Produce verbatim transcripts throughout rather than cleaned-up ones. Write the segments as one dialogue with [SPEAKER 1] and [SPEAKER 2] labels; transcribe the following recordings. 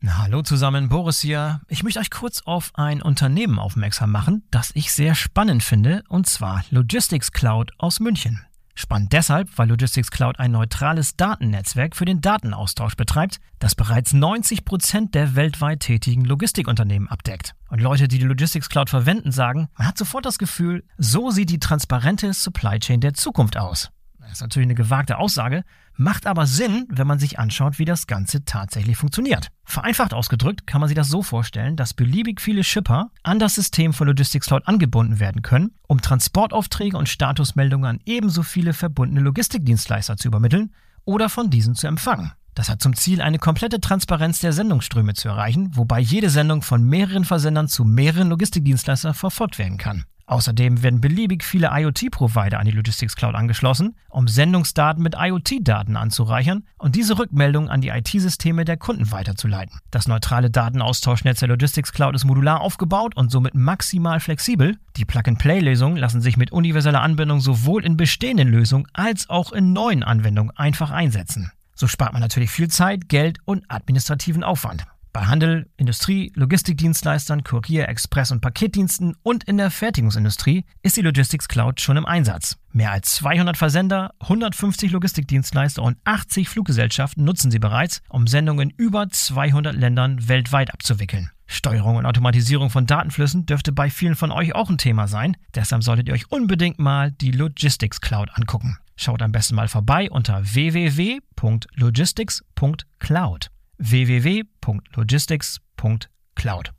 [SPEAKER 1] Hallo zusammen, Boris hier. Ich möchte euch kurz auf ein Unternehmen aufmerksam machen, das ich sehr spannend finde, und zwar Logistics Cloud aus München. Spannend deshalb, weil Logistics Cloud ein neutrales Datennetzwerk für den Datenaustausch betreibt, das bereits neunzig Prozent der weltweit tätigen Logistikunternehmen abdeckt. Und Leute, die die Logistics Cloud verwenden, sagen, man hat sofort das Gefühl, so sieht die transparente Supply Chain der Zukunft aus. Das ist natürlich eine gewagte Aussage, macht aber Sinn, wenn man sich anschaut, wie das Ganze tatsächlich funktioniert. Vereinfacht ausgedrückt kann man sich das so vorstellen, dass beliebig viele Shipper an das System von Logistics Cloud angebunden werden können, um Transportaufträge und Statusmeldungen an ebenso viele verbundene Logistikdienstleister zu übermitteln oder von diesen zu empfangen. Das hat zum Ziel, eine komplette Transparenz der Sendungsströme zu erreichen, wobei jede Sendung von mehreren Versendern zu mehreren Logistikdienstleistern verfolgt werden kann. Außerdem werden beliebig viele IoT-Provider an die Logistics Cloud angeschlossen, um Sendungsdaten mit IoT-Daten anzureichern und diese Rückmeldungen an die I T-Systeme der Kunden weiterzuleiten. Das neutrale Datenaustauschnetz der Logistics Cloud ist modular aufgebaut und somit maximal flexibel. Die Plug-and-Play-Lösungen lassen sich mit universeller Anbindung sowohl in bestehenden Lösungen als auch in neuen Anwendungen einfach einsetzen. So spart man natürlich viel Zeit, Geld und administrativen Aufwand. Bei Handel, Industrie, Logistikdienstleistern, Kurier-, Express- und Paketdiensten und in der Fertigungsindustrie ist die Logistics Cloud schon im Einsatz. Mehr als zweihundert Versender, hundertfünfzig Logistikdienstleister und achtzig Fluggesellschaften nutzen sie bereits, um Sendungen in über zweihundert Ländern weltweit abzuwickeln. Steuerung und Automatisierung von Datenflüssen dürfte bei vielen von euch auch ein Thema sein, deshalb solltet ihr euch unbedingt mal die Logistics Cloud angucken. Schaut am besten mal vorbei unter w w w punkt logistics punkt cloud. w w w punkt logistics punkt cloud.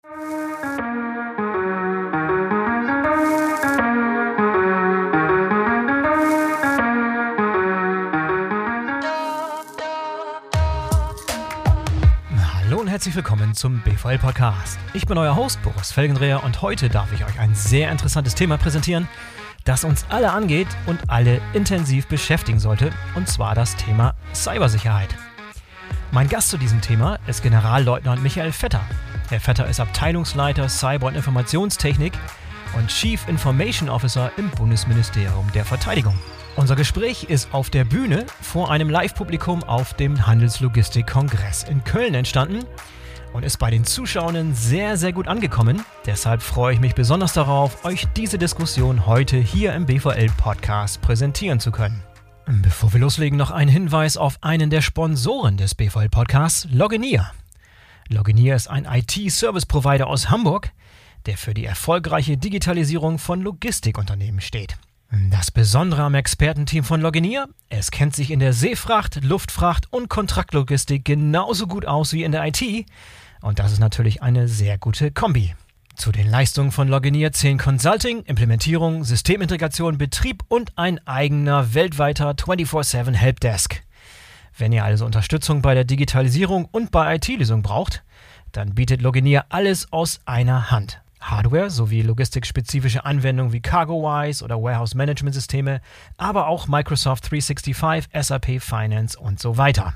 [SPEAKER 1] Hallo und herzlich willkommen zum B V L-Podcast. Ich bin euer Host Boris Felgendreher und heute darf ich euch ein sehr interessantes Thema präsentieren, das uns alle angeht und alle intensiv beschäftigen sollte, und zwar das Thema Cybersicherheit. Mein Gast zu diesem Thema ist Generalleutnant Michael Vetter. Herr Vetter ist Abteilungsleiter Cyber- und Informationstechnik und Chief Information Officer im Bundesministerium der Verteidigung. Unser Gespräch ist auf der Bühne vor einem Live-Publikum auf dem Handelslogistik-Kongress in Köln entstanden und ist bei den Zuschauern sehr, sehr gut angekommen. Deshalb freue ich mich besonders darauf, euch diese Diskussion heute hier im B V L-Podcast präsentieren zu können. Bevor wir loslegen, noch ein Hinweis auf einen der Sponsoren des B V L-Podcasts, Loginier. Loginier ist ein I T-Service-Provider aus Hamburg, der für die erfolgreiche Digitalisierung von Logistikunternehmen steht. Das Besondere am Expertenteam von Loginier: Es kennt sich in der Seefracht, Luftfracht und Kontraktlogistik genauso gut aus wie in der I T, und das ist natürlich eine sehr gute Kombi. Zu den Leistungen von Loginier zählen Consulting, Implementierung, Systemintegration, Betrieb und ein eigener weltweiter vierundzwanzig sieben Helpdesk. Wenn ihr also Unterstützung bei der Digitalisierung und bei I T-Lösungen braucht, dann bietet Loginier alles aus einer Hand. Hardware sowie logistikspezifische Anwendungen wie CargoWise oder Warehouse-Management-Systeme, aber auch Microsoft dreihundertfünfundsechzig, S A P Finance und so weiter.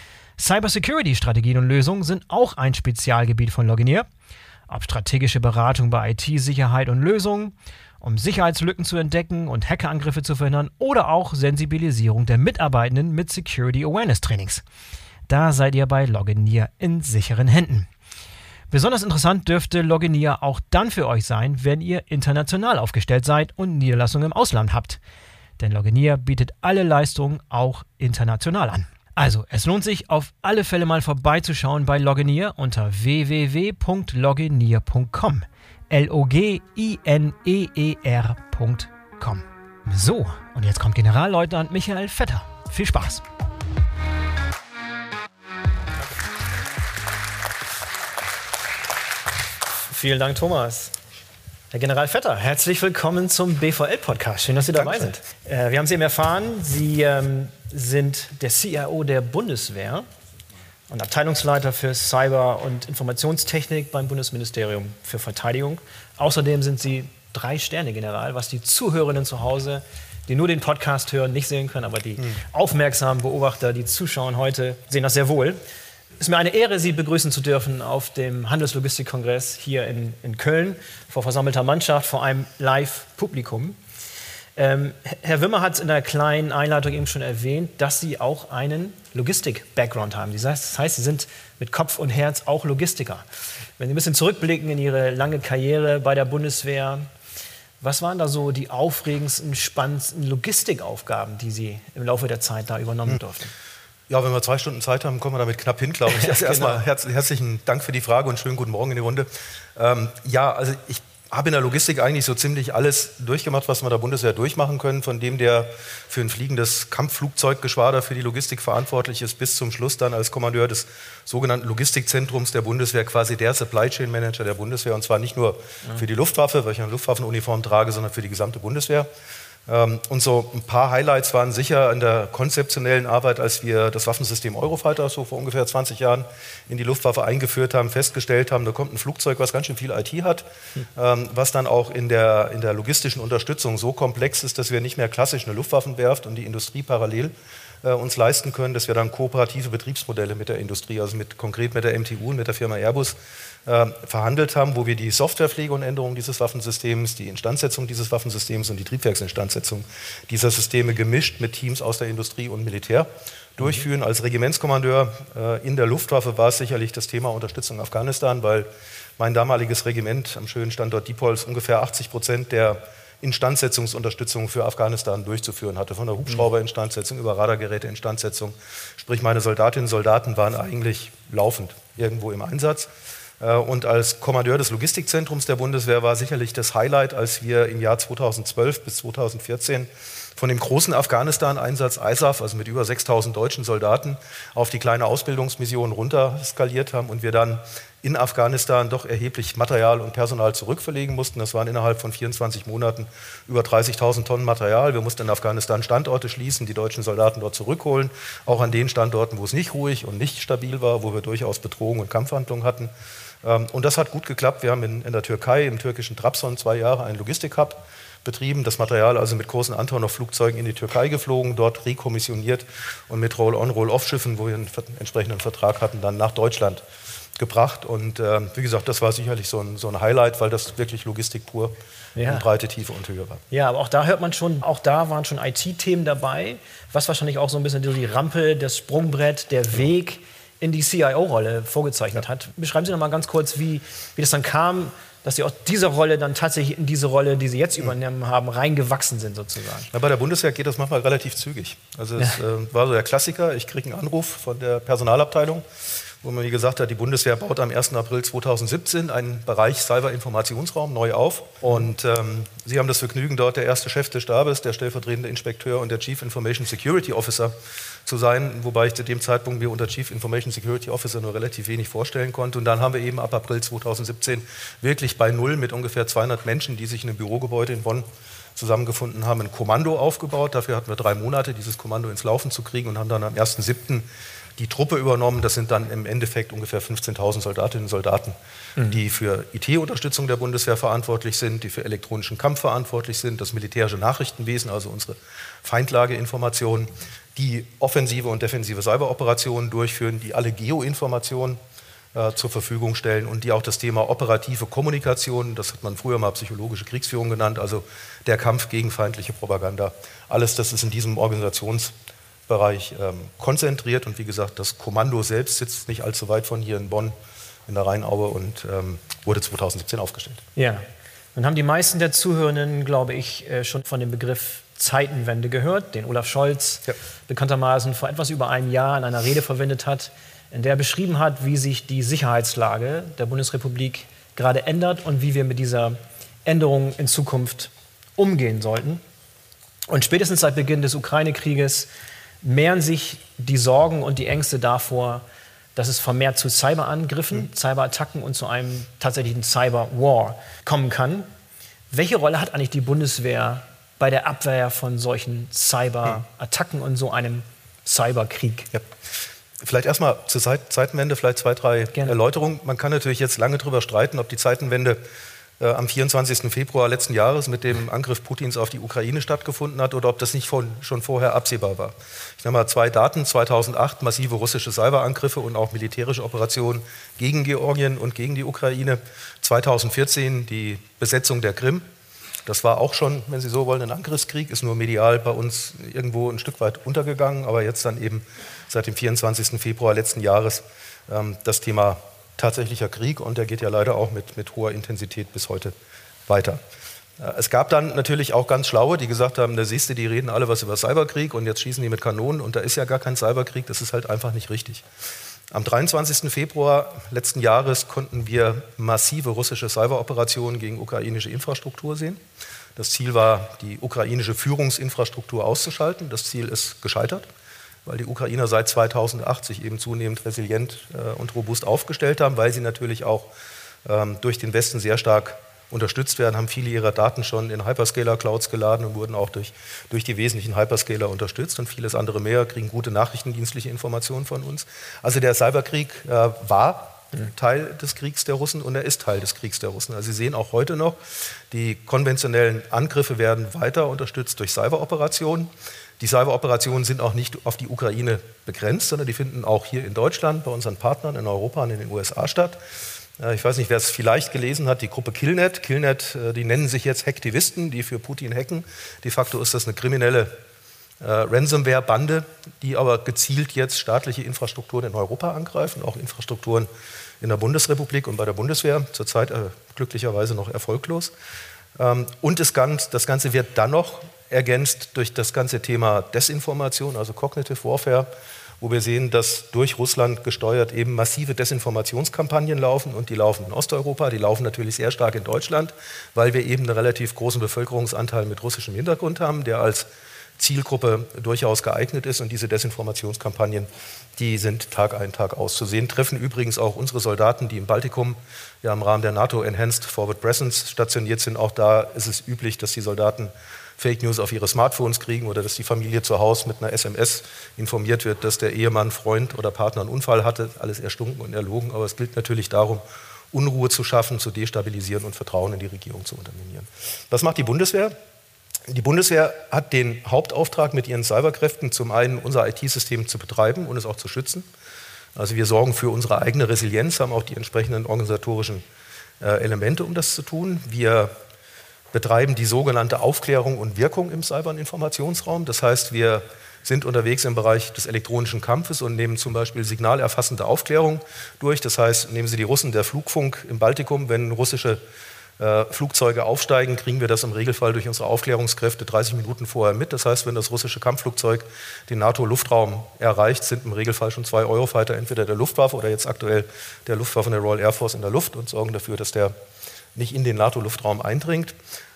[SPEAKER 1] Cybersecurity-Strategien und Lösungen sind auch ein Spezialgebiet von Loginier. Ob strategische Beratung bei I T-Sicherheit und Lösungen, um Sicherheitslücken zu entdecken und Hackerangriffe zu verhindern, oder auch Sensibilisierung der Mitarbeitenden mit Security Awareness Trainings. Da seid ihr bei Loginier in sicheren Händen. Besonders interessant dürfte Loginier auch dann für euch sein, wenn ihr international aufgestellt seid und Niederlassungen im Ausland habt. Denn Loginier bietet alle Leistungen auch international an. Also, es lohnt sich auf alle Fälle mal vorbeizuschauen bei Loginier unter w w w punkt loginier punkt com. L O G I N E E R punkt com. So, und jetzt kommt Generalleutnant Michael Vetter. Viel Spaß! Vielen Dank, Thomas. Herr General Vetter, herzlich willkommen zum B V L-Podcast. Schön, dass Sie dabei Danke. sind. Äh, wir haben Sie eben erfahren, Sie ähm, sind der C I O der Bundeswehr und Abteilungsleiter für Cyber- und Informationstechnik beim Bundesministerium für Verteidigung. Außerdem sind Sie Drei-Sterne-General, was die Zuhörerinnen zu Hause, die nur den Podcast hören, nicht sehen können, aber die mhm. aufmerksamen Beobachter, die zuschauen heute, sehen das sehr wohl. Es ist mir eine Ehre, Sie begrüßen zu dürfen auf dem Handelslogistik-Kongress hier in, in Köln, vor versammelter Mannschaft, vor einem Live-Publikum. Ähm, Herr Wimmer hat es in der kleinen Einleitung eben schon erwähnt, dass Sie auch einen Logistik-Background haben. Das heißt, das heißt, Sie sind mit Kopf und Herz auch Logistiker. Wenn Sie ein bisschen zurückblicken in Ihre lange Karriere bei der Bundeswehr, was waren da so die aufregendsten, spannendsten Logistikaufgaben, die Sie im Laufe der Zeit da übernommen hm. durften?
[SPEAKER 2] Ja, wenn wir zwei Stunden Zeit haben, kommen wir damit knapp hin, glaube ich. Also genau. Erstmal herz, herzlichen Dank für die Frage und schönen guten Morgen in die Runde. Ähm, ja, also ich habe in der Logistik eigentlich so ziemlich alles durchgemacht, was wir der Bundeswehr durchmachen können, von dem der für ein fliegendes Kampfflugzeuggeschwader für die Logistik verantwortlich ist, bis zum Schluss dann als Kommandeur des sogenannten Logistikzentrums der Bundeswehr, quasi der Supply Chain Manager der Bundeswehr, und zwar nicht nur für die Luftwaffe, weil ich eine Luftwaffenuniform trage, sondern für die gesamte Bundeswehr. Und so ein paar Highlights waren sicher in der konzeptionellen Arbeit, als wir das Waffensystem Eurofighter so vor ungefähr zwanzig Jahren in die Luftwaffe eingeführt haben, festgestellt haben, da kommt ein Flugzeug, was ganz schön viel I T hat, hm. was dann auch in der, in der logistischen Unterstützung so komplex ist, dass wir nicht mehr klassisch eine Luftwaffenwerft und die Industrie parallel äh, uns leisten können, dass wir dann kooperative Betriebsmodelle mit der Industrie, also mit, konkret mit der M T U und mit der Firma Airbus, Äh, verhandelt haben, wo wir die Softwarepflege und Änderung dieses Waffensystems, die Instandsetzung dieses Waffensystems und die Triebwerksinstandsetzung dieser Systeme gemischt mit Teams aus der Industrie und Militär durchführen. Als Regimentskommandeur äh, in der Luftwaffe war es sicherlich das Thema Unterstützung Afghanistan, weil mein damaliges Regiment am schönen Standort Diepholz ungefähr achtzig Prozent der Instandsetzungsunterstützung für Afghanistan durchzuführen hatte, von der Hubschrauberinstandsetzung über Radargeräteinstandsetzung. Sprich, meine Soldatinnen und Soldaten waren eigentlich laufend irgendwo im Einsatz. Und als Kommandeur des Logistikzentrums der Bundeswehr war sicherlich das Highlight, als wir im Jahr zweitausendzwölf bis zweitausendvierzehn von dem großen Afghanistan-Einsatz I S A F, also mit über sechstausend deutschen Soldaten, auf die kleine Ausbildungsmission runter skaliert haben und wir dann in Afghanistan doch erheblich Material und Personal zurückverlegen mussten. Das waren innerhalb von vierundzwanzig Monaten über dreißigtausend Tonnen Material. Wir mussten in Afghanistan Standorte schließen, die deutschen Soldaten dort zurückholen, auch an den Standorten, wo es nicht ruhig und nicht stabil war, wo wir durchaus Bedrohung und Kampfhandlungen hatten. Und das hat gut geklappt. Wir haben in, in der Türkei, im türkischen Trabzon, zwei Jahre einen Logistik-Hub betrieben, das Material also mit großen Antonov-Flugzeugen in die Türkei geflogen, dort rekommissioniert und mit Roll-on, Roll-off-Schiffen, wo wir einen entsprechenden Vertrag hatten, dann nach Deutschland gebracht. Und äh, wie gesagt, das war sicherlich so ein, so ein Highlight, weil das wirklich Logistik pur ja. in Breite, Tiefe und Höhe war.
[SPEAKER 1] Ja, aber auch da hört man schon, auch da waren schon I T-Themen dabei, was wahrscheinlich auch so ein bisschen die Rampe, das Sprungbrett, der Weg in die C I O-Rolle vorgezeichnet ja. hat. Beschreiben Sie noch mal ganz kurz, wie, wie das dann kam, dass Sie aus dieser Rolle dann tatsächlich in diese Rolle, die Sie jetzt übernommen haben, reingewachsen sind sozusagen.
[SPEAKER 2] Na, bei der Bundeswehr geht das manchmal relativ zügig. Also es ja. äh, war so der Klassiker, ich kriege einen Anruf von der Personalabteilung, wo man mir gesagt hat, die Bundeswehr baut am ersten April zweitausendsiebzehn einen Bereich Cyber-Informationsraum neu auf. Und ähm, Sie haben das Vergnügen, dort der erste Chef des Stabes, der stellvertretende Inspekteur und der Chief Information Security Officer zu sein, wobei ich zu dem Zeitpunkt mir unter Chief Information Security Officer nur relativ wenig vorstellen konnte. Und dann haben wir eben ab April zweitausendsiebzehn wirklich bei Null mit ungefähr zweihundert Menschen, die sich in einem Bürogebäude in Bonn zusammengefunden haben, ein Kommando aufgebaut. Dafür hatten wir drei Monate, dieses Kommando ins Laufen zu kriegen und haben dann am ersten siebten die Truppe übernommen. Das sind dann im Endeffekt ungefähr fünfzehntausend Soldatinnen und Soldaten, mhm. die für I T-Unterstützung der Bundeswehr verantwortlich sind, die für elektronischen Kampf verantwortlich sind, das militärische Nachrichtenwesen, also unsere Feindlageinformationen, die offensive und defensive Cyberoperationen durchführen, die alle Geoinformationen äh, zur Verfügung stellen und die auch das Thema operative Kommunikation, das hat man früher mal psychologische Kriegsführung genannt, also der Kampf gegen feindliche Propaganda, alles das ist in diesem Organisations Bereich ähm, konzentriert und wie gesagt, das Kommando selbst sitzt nicht allzu weit von hier in Bonn in der Rheinaue und ähm, wurde zweitausendsiebzehn aufgestellt.
[SPEAKER 1] Ja, dann haben die meisten der Zuhörenden, glaube ich, äh, schon von dem Begriff Zeitenwende gehört, den Olaf Scholz ja. bekanntermaßen vor etwas über einem Jahr in einer Rede verwendet hat, in der er beschrieben hat, wie sich die Sicherheitslage der Bundesrepublik gerade ändert und wie wir mit dieser Änderung in Zukunft umgehen sollten. Und spätestens seit Beginn des Ukraine-Krieges mehren sich die Sorgen und die Ängste davor, dass es vermehrt zu Cyberangriffen, mhm. Cyberattacken und zu einem tatsächlichen Cyberwar kommen kann. Welche Rolle hat eigentlich die Bundeswehr bei der Abwehr von solchen Cyberattacken und so einem Cyberkrieg?
[SPEAKER 2] Ja. Vielleicht erstmal zur Zeitenwende, vielleicht zwei, drei Gerne. Erläuterungen. Man kann natürlich jetzt lange darüber streiten, ob die Zeitenwende äh, am vierundzwanzigsten Februar letzten Jahres mit dem Angriff Putins auf die Ukraine stattgefunden hat oder ob das nicht von, schon vorher absehbar war. Ich nenne mal zwei Daten. zweitausendacht massive russische Cyberangriffe und auch militärische Operationen gegen Georgien und gegen die Ukraine. zweitausendvierzehn die Besetzung der Krim Das war auch schon, wenn Sie so wollen, ein Angriffskrieg, ist nur medial bei uns irgendwo ein Stück weit untergegangen, aber jetzt dann eben seit dem vierundzwanzigsten Februar letzten Jahres ähm, das Thema tatsächlicher Krieg, und der geht ja leider auch mit, mit hoher Intensität bis heute weiter. Äh, es gab dann natürlich auch ganz Schlaue, die gesagt haben, da siehst du, die reden alle was über Cyberkrieg und jetzt schießen die mit Kanonen, und da ist ja gar kein Cyberkrieg, das ist halt einfach nicht richtig. Am dreiundzwanzigsten Februar letzten Jahres konnten wir massive russische Cyberoperationen gegen ukrainische Infrastruktur sehen. Das Ziel war, die ukrainische Führungsinfrastruktur auszuschalten. Das Ziel ist gescheitert, weil die Ukrainer seit zweitausendacht sich eben zunehmend resilient äh, und robust aufgestellt haben, weil sie natürlich auch ähm, durch den Westen sehr stark unterstützt werden, haben viele ihrer Daten schon in Hyperscaler-Clouds geladen und wurden auch durch, durch die wesentlichen Hyperscaler unterstützt, und vieles andere mehr, kriegen gute nachrichtendienstliche Informationen von uns. Also der Cyberkrieg äh, war Teil des Kriegs der Russen, und er ist Teil des Kriegs der Russen. Also Sie sehen auch heute noch, die konventionellen Angriffe werden weiter unterstützt durch Cyberoperationen. Die Cyberoperationen sind auch nicht auf die Ukraine begrenzt, sondern die finden auch hier in Deutschland, bei unseren Partnern in Europa und in den U S A statt. Ich weiß nicht, wer es vielleicht gelesen hat, die Gruppe Killnet. Killnet, die nennen sich jetzt Hacktivisten, die für Putin hacken. De facto ist das eine kriminelle äh, Ransomware-Bande, die aber gezielt jetzt staatliche Infrastrukturen in Europa angreifen, auch Infrastrukturen in der Bundesrepublik und bei der Bundeswehr, zurzeit äh, glücklicherweise noch erfolglos. Ähm, und das Ganze, das Ganze wird dann noch ergänzt durch das ganze Thema Desinformation, also Cognitive Warfare, wo wir sehen, dass durch Russland gesteuert eben massive Desinformationskampagnen laufen, und die laufen in Osteuropa, die laufen natürlich sehr stark in Deutschland, weil wir eben einen relativ großen Bevölkerungsanteil mit russischem Hintergrund haben, der als Zielgruppe durchaus geeignet ist, und diese Desinformationskampagnen, die sind Tag ein, Tag aus zu sehen, treffen übrigens auch unsere Soldaten, die im Baltikum ja im Rahmen der NATO Enhanced Forward Presence stationiert sind. Auch da ist es üblich, dass die Soldaten Fake News auf ihre Smartphones kriegen oder dass die Familie zu Hause mit einer S M S informiert wird, dass der Ehemann, Freund oder Partner einen Unfall hatte. Alles erstunken und erlogen, aber es gilt natürlich darum, Unruhe zu schaffen, zu destabilisieren und Vertrauen in die Regierung zu unterminieren. Was macht die Bundeswehr? Die Bundeswehr hat den Hauptauftrag mit ihren Cyberkräften, zum einen unser I T-System zu betreiben und es auch zu schützen. Also wir sorgen für unsere eigene Resilienz, haben auch die entsprechenden organisatorischen äh, Elemente, um das zu tun. Wir betreiben die sogenannte Aufklärung und Wirkung im Cyber- und Informationsraum. Das heißt, wir sind unterwegs im Bereich des elektronischen Kampfes und nehmen zum Beispiel signalerfassende Aufklärung durch. Das heißt, nehmen Sie die Russen, der Flugfunk im Baltikum, wenn russische äh, Flugzeuge aufsteigen, kriegen wir das im Regelfall durch unsere Aufklärungskräfte dreißig Minuten vorher mit. Das heißt, wenn das russische Kampfflugzeug den NATO-Luftraum erreicht, sind im Regelfall schon zwei Eurofighter entweder der Luftwaffe oder jetzt aktuell der Luftwaffe der Royal Air Force in der Luft und sorgen dafür, dass der nicht in den NATO-Luftraum eindringt.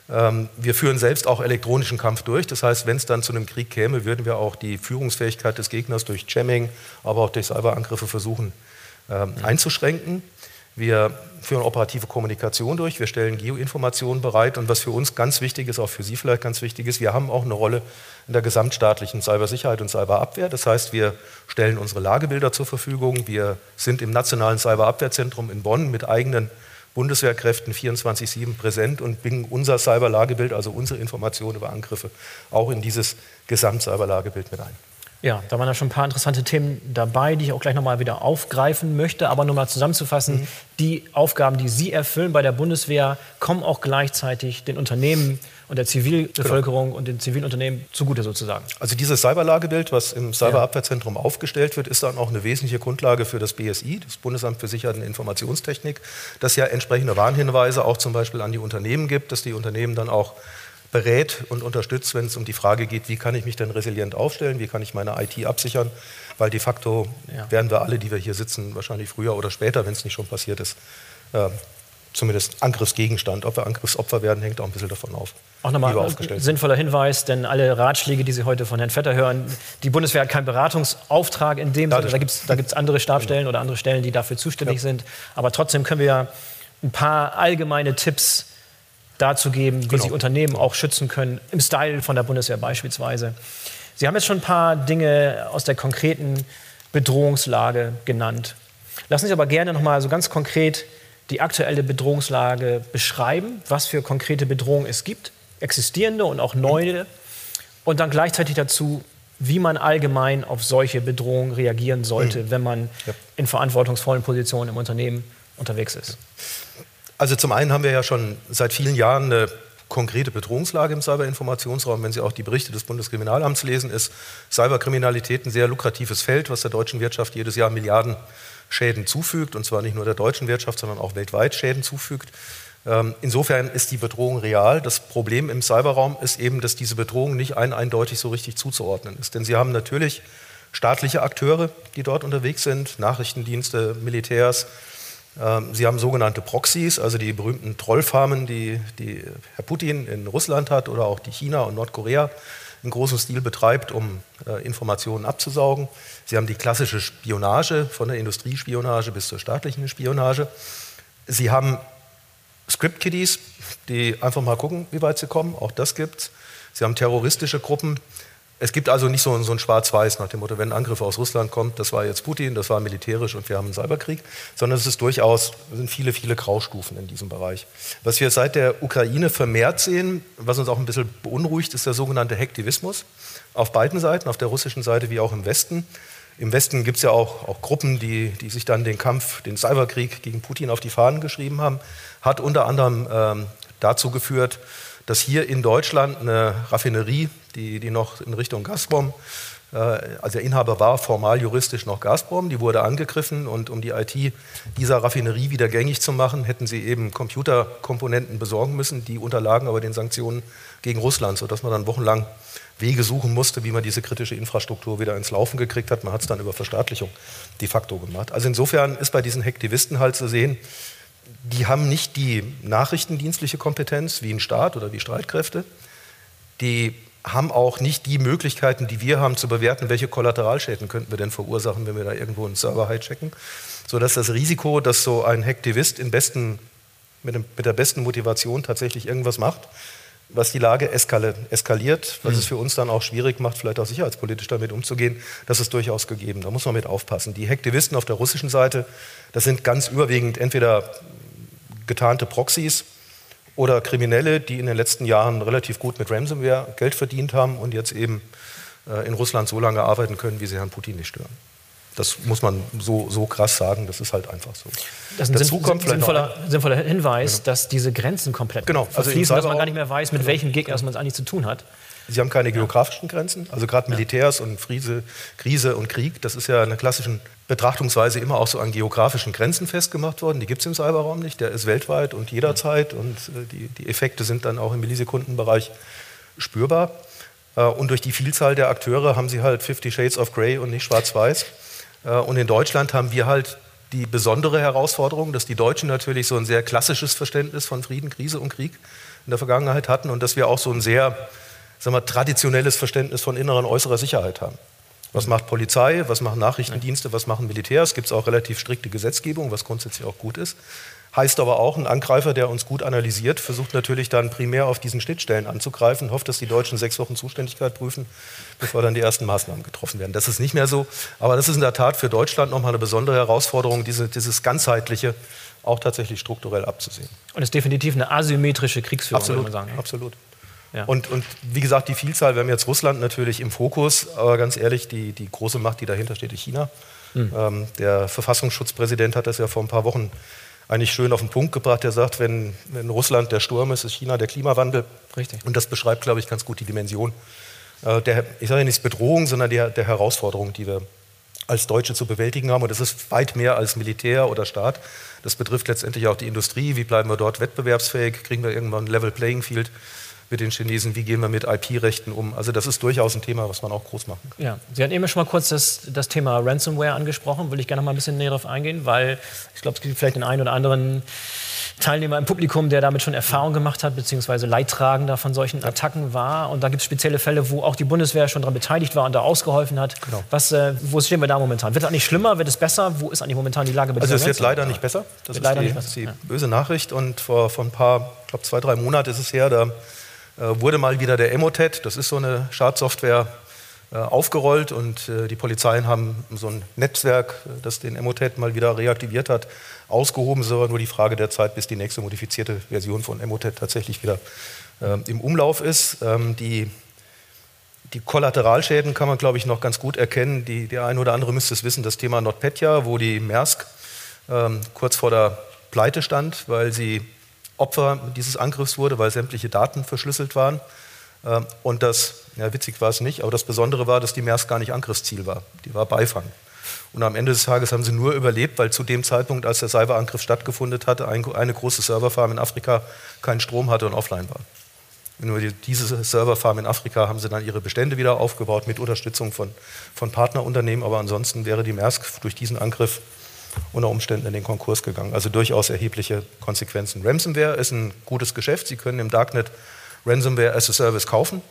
[SPEAKER 2] Wir führen selbst auch elektronischen Kampf durch. Das heißt, wenn es dann zu einem Krieg käme, würden wir auch die Führungsfähigkeit des Gegners durch Jamming, aber auch durch Cyberangriffe versuchen ähm, einzuschränken. Wir führen operative Kommunikation durch. Wir stellen Geoinformationen bereit. Und was für uns ganz wichtig ist, auch für Sie vielleicht ganz wichtig ist, wir haben auch eine Rolle in der gesamtstaatlichen Cybersicherheit und Cyberabwehr. Das heißt, wir stellen unsere Lagebilder zur Verfügung. Wir sind im Nationalen Cyberabwehrzentrum in Bonn mit eigenen Bundeswehrkräften vierundzwanzig sieben präsent und bringen unser Cyberlagebild, also unsere Informationen über Angriffe, auch in dieses Gesamt-Cyberlagebild mit ein.
[SPEAKER 1] Ja, da waren ja schon ein paar interessante Themen dabei, die ich auch gleich nochmal wieder aufgreifen möchte. Aber nur mal zusammenzufassen, mhm. die Aufgaben, die Sie erfüllen bei der Bundeswehr, kommen auch gleichzeitig den Unternehmen und der Zivilbevölkerung genau. und den zivilen Unternehmen zugute sozusagen.
[SPEAKER 2] Also dieses Cyberlagebild, was im Cyberabwehrzentrum ja. aufgestellt wird, ist dann auch eine wesentliche Grundlage für das B S I, das Bundesamt für Sicherheit und Informationstechnik, das ja entsprechende Warnhinweise auch zum Beispiel an die Unternehmen gibt, dass die Unternehmen dann auch berät und unterstützt, wenn es um die Frage geht, wie kann ich mich denn resilient aufstellen, wie kann ich meine I T absichern, weil de facto ja. werden wir alle, die wir hier sitzen, wahrscheinlich früher oder später, wenn es nicht schon passiert ist, äh, zumindest Angriffsgegenstand. Ob wir Angriffsopfer werden, hängt auch ein bisschen davon auf.
[SPEAKER 1] Auch nochmal ein sinnvoller Hinweis, denn alle Ratschläge, die Sie heute von Herrn Vetter hören, die Bundeswehr hat keinen Beratungsauftrag in dem ja, Sinne, da gibt es da gibt's andere Stabsstellen genau. oder andere Stellen, die dafür zuständig ja. sind, aber trotzdem können wir ja ein paar allgemeine Tipps dazu geben, wie genau. sich Unternehmen auch schützen können, im Style von der Bundeswehr beispielsweise. Sie haben jetzt schon ein paar Dinge aus der konkreten Bedrohungslage genannt. Lassen Sie aber gerne noch mal so ganz konkret die aktuelle Bedrohungslage beschreiben, was für konkrete Bedrohungen es gibt, existierende und auch neue, und dann gleichzeitig dazu, wie man allgemein auf solche Bedrohungen reagieren sollte, mhm. wenn man ja. in verantwortungsvollen Positionen im Unternehmen unterwegs ist.
[SPEAKER 2] Also zum einen haben wir ja schon seit vielen Jahren eine konkrete Bedrohungslage im Cyberinformationsraum. Wenn Sie auch die Berichte des Bundeskriminalamts lesen, ist Cyberkriminalität ein sehr lukratives Feld, was der deutschen Wirtschaft jedes Jahr Milliarden Schäden zufügt, und zwar nicht nur der deutschen Wirtschaft, sondern auch weltweit Schäden zufügt. Insofern ist die Bedrohung real. Das Problem im Cyberraum ist eben, dass diese Bedrohung nicht ein eindeutig so richtig zuzuordnen ist. Denn Sie haben natürlich staatliche Akteure, die dort unterwegs sind, Nachrichtendienste, Militärs. Sie haben sogenannte Proxys, also die berühmten Trollfarmen, die, die Herr Putin in Russland hat oder auch die China und Nordkorea in großem Stil betreibt, um äh, Informationen abzusaugen. Sie haben die klassische Spionage, von der Industriespionage bis zur staatlichen Spionage. Sie haben Script-Kiddies, die einfach mal gucken, wie weit sie kommen, auch das gibt's. Sie haben terroristische Gruppen. Es gibt also nicht so, so ein Schwarz-Weiß nach dem Motto, wenn ein Angriff aus Russland kommt, das war jetzt Putin, das war militärisch und wir haben einen Cyberkrieg, sondern es ist durchaus, es sind viele, viele Graustufen in diesem Bereich. Was wir seit der Ukraine vermehrt sehen, was uns auch ein bisschen beunruhigt, ist der sogenannte Hacktivismus auf beiden Seiten, auf der russischen Seite wie auch im Westen. Im Westen gibt es ja auch, auch Gruppen, die, die sich dann den Kampf, den Cyberkrieg gegen Putin auf die Fahnen geschrieben haben, hat unter anderem ähm, dazu geführt, dass hier in Deutschland eine Raffinerie, die, die noch in Richtung Gazprom, äh, also der Inhaber war formal juristisch noch Gazprom, die wurde angegriffen, und um die I T dieser Raffinerie wieder gängig zu machen, hätten sie eben Computerkomponenten besorgen müssen, die unterlagen aber den Sanktionen gegen Russland, sodass man dann wochenlang Wege suchen musste, wie man diese kritische Infrastruktur wieder ins Laufen gekriegt hat. Man hat es dann über Verstaatlichung de facto gemacht. Also insofern ist bei diesen Hacktivisten halt zu sehen, die haben nicht die nachrichtendienstliche Kompetenz wie ein Staat oder wie Streitkräfte. Die haben auch nicht die Möglichkeiten, die wir haben, zu bewerten, welche Kollateralschäden könnten wir denn verursachen, wenn wir da irgendwo einen Server hijacken. Sodass das Risiko, dass so ein Hacktivist in besten, mit, dem, mit der besten Motivation tatsächlich irgendwas macht, was die Lage eskaliert, eskaliert was mhm. es für uns dann auch schwierig macht, vielleicht auch sicherheitspolitisch damit umzugehen, das ist durchaus gegeben. Da muss man mit aufpassen. Die Hacktivisten auf der russischen Seite, das sind ganz überwiegend entweder getarnte Proxys oder Kriminelle, die in den letzten Jahren relativ gut mit Ransomware Geld verdient haben und jetzt eben äh, in Russland so lange arbeiten können, wie sie Herrn Putin nicht stören. Das muss man so, so krass sagen, das ist halt einfach so.
[SPEAKER 1] Das ist ein Dazu kommt sinnvoller, sinnvoller Hinweis, genau. dass diese Grenzen komplett
[SPEAKER 2] genau.
[SPEAKER 1] verfließen, also dass man gar nicht mehr weiß, mit genau. welchem Gegner man es eigentlich zu tun hat.
[SPEAKER 2] Sie haben keine geografischen Grenzen, also gerade Militärs ja. und Friese, Krise und Krieg, das ist ja in der klassischen Betrachtungsweise immer auch so an geografischen Grenzen festgemacht worden. Die gibt es im Cyberraum nicht, der ist weltweit und jederzeit, und äh, die, die Effekte sind dann auch im Millisekundenbereich spürbar. Äh, und durch die Vielzahl der Akteure haben sie halt Fifty Shades of Grey und nicht schwarz-weiß. Äh, und in Deutschland haben wir halt die besondere Herausforderung, dass die Deutschen natürlich so ein sehr klassisches Verständnis von Frieden, Krise und Krieg in der Vergangenheit hatten und dass wir auch so ein sehr sagen wir, traditionelles Verständnis von innerer und äußerer Sicherheit haben. Was macht Polizei, was machen Nachrichtendienste, was machen Militärs? Gibt es auch relativ strikte Gesetzgebung, was grundsätzlich auch gut ist. Heißt aber auch, ein Angreifer, der uns gut analysiert, versucht natürlich dann primär auf diesen Schnittstellen anzugreifen, hofft, dass die Deutschen sechs Wochen Zuständigkeit prüfen, bevor dann die ersten Maßnahmen getroffen werden. Das ist nicht mehr so, aber das ist in der Tat für Deutschland nochmal eine besondere Herausforderung, diese, dieses ganzheitliche auch tatsächlich strukturell abzusehen.
[SPEAKER 1] Und es ist definitiv eine asymmetrische Kriegsführung,
[SPEAKER 2] absolut,
[SPEAKER 1] würde man sagen.
[SPEAKER 2] Absolut.
[SPEAKER 1] Ja.
[SPEAKER 2] Und, und wie gesagt, die Vielzahl, wir haben jetzt Russland natürlich im Fokus, aber ganz ehrlich, die, die große Macht, die dahinter steht, ist China. Mhm. Ähm, der Verfassungsschutzpräsident hat das ja vor ein paar Wochen eigentlich schön auf den Punkt gebracht. Der sagt, wenn, wenn Russland der Sturm ist, ist China der Klimawandel.
[SPEAKER 1] Richtig.
[SPEAKER 2] Und das beschreibt, glaube ich, ganz gut die Dimension äh, der, ich sage ja nicht Bedrohung, sondern der, der Herausforderung, die wir als Deutsche zu bewältigen haben. Und das ist weit mehr als Militär oder Staat. Das betrifft letztendlich auch die Industrie. Wie bleiben wir dort wettbewerbsfähig? Kriegen wir irgendwann ein Level Playing Field mit den Chinesen? Wie gehen wir mit I P-Rechten um? Also das ist durchaus ein Thema, was man auch groß machen kann.
[SPEAKER 1] Ja, Sie hatten eben schon mal kurz das, das Thema Ransomware angesprochen. Will ich gerne noch mal ein bisschen näher darauf eingehen, weil ich glaube, es gibt vielleicht den einen oder anderen Teilnehmer im Publikum, der damit schon Erfahrung gemacht hat, beziehungsweise Leidtragender von solchen Attacken war. Und da gibt es spezielle Fälle, wo auch die Bundeswehr schon daran beteiligt war und da ausgeholfen hat. Genau. Was, äh, wo stehen wir da momentan? Wird es eigentlich schlimmer? Wird es besser? Wo ist eigentlich momentan die Lage? Bei
[SPEAKER 2] also es wird leider nicht besser. Das ist
[SPEAKER 1] leider
[SPEAKER 2] die,
[SPEAKER 1] nicht besser.
[SPEAKER 2] die
[SPEAKER 1] ja.
[SPEAKER 2] böse Nachricht. Und vor, vor ein paar, ich glaube zwei, drei Monaten ist es her, da äh, wurde mal wieder der Emotet, das ist so eine Schadsoftware, äh, aufgerollt. Und äh, die Polizeien haben so ein Netzwerk, das den Emotet mal wieder reaktiviert hat, ausgehoben. Es ist aber nur die Frage der Zeit, bis die nächste modifizierte Version von Emotet tatsächlich wieder äh, im Umlauf ist. Ähm, die, die Kollateralschäden kann man, glaube ich, noch ganz gut erkennen. Die, der eine oder andere müsste es wissen, das Thema NotPetya, wo die Maersk ähm, kurz vor der Pleite stand, weil sie Opfer dieses Angriffs wurde, weil sämtliche Daten verschlüsselt waren. Und das, ja, witzig war es nicht, aber das Besondere war, dass die Maersk gar nicht Angriffsziel war. Die war Beifang. Und am Ende des Tages haben sie nur überlebt, weil zu dem Zeitpunkt, als der Cyberangriff stattgefunden hatte, eine große Serverfarm in Afrika keinen Strom hatte und offline war. Nur diese Serverfarm in Afrika haben sie dann ihre Bestände wieder aufgebaut mit Unterstützung von, von Partnerunternehmen. Aber ansonsten wäre die Maersk durch diesen Angriff unter Umständen in den Konkurs gegangen. Also durchaus erhebliche Konsequenzen. Ransomware ist ein gutes Geschäft. Sie können im Darknet Ransomware as a Service kaufen.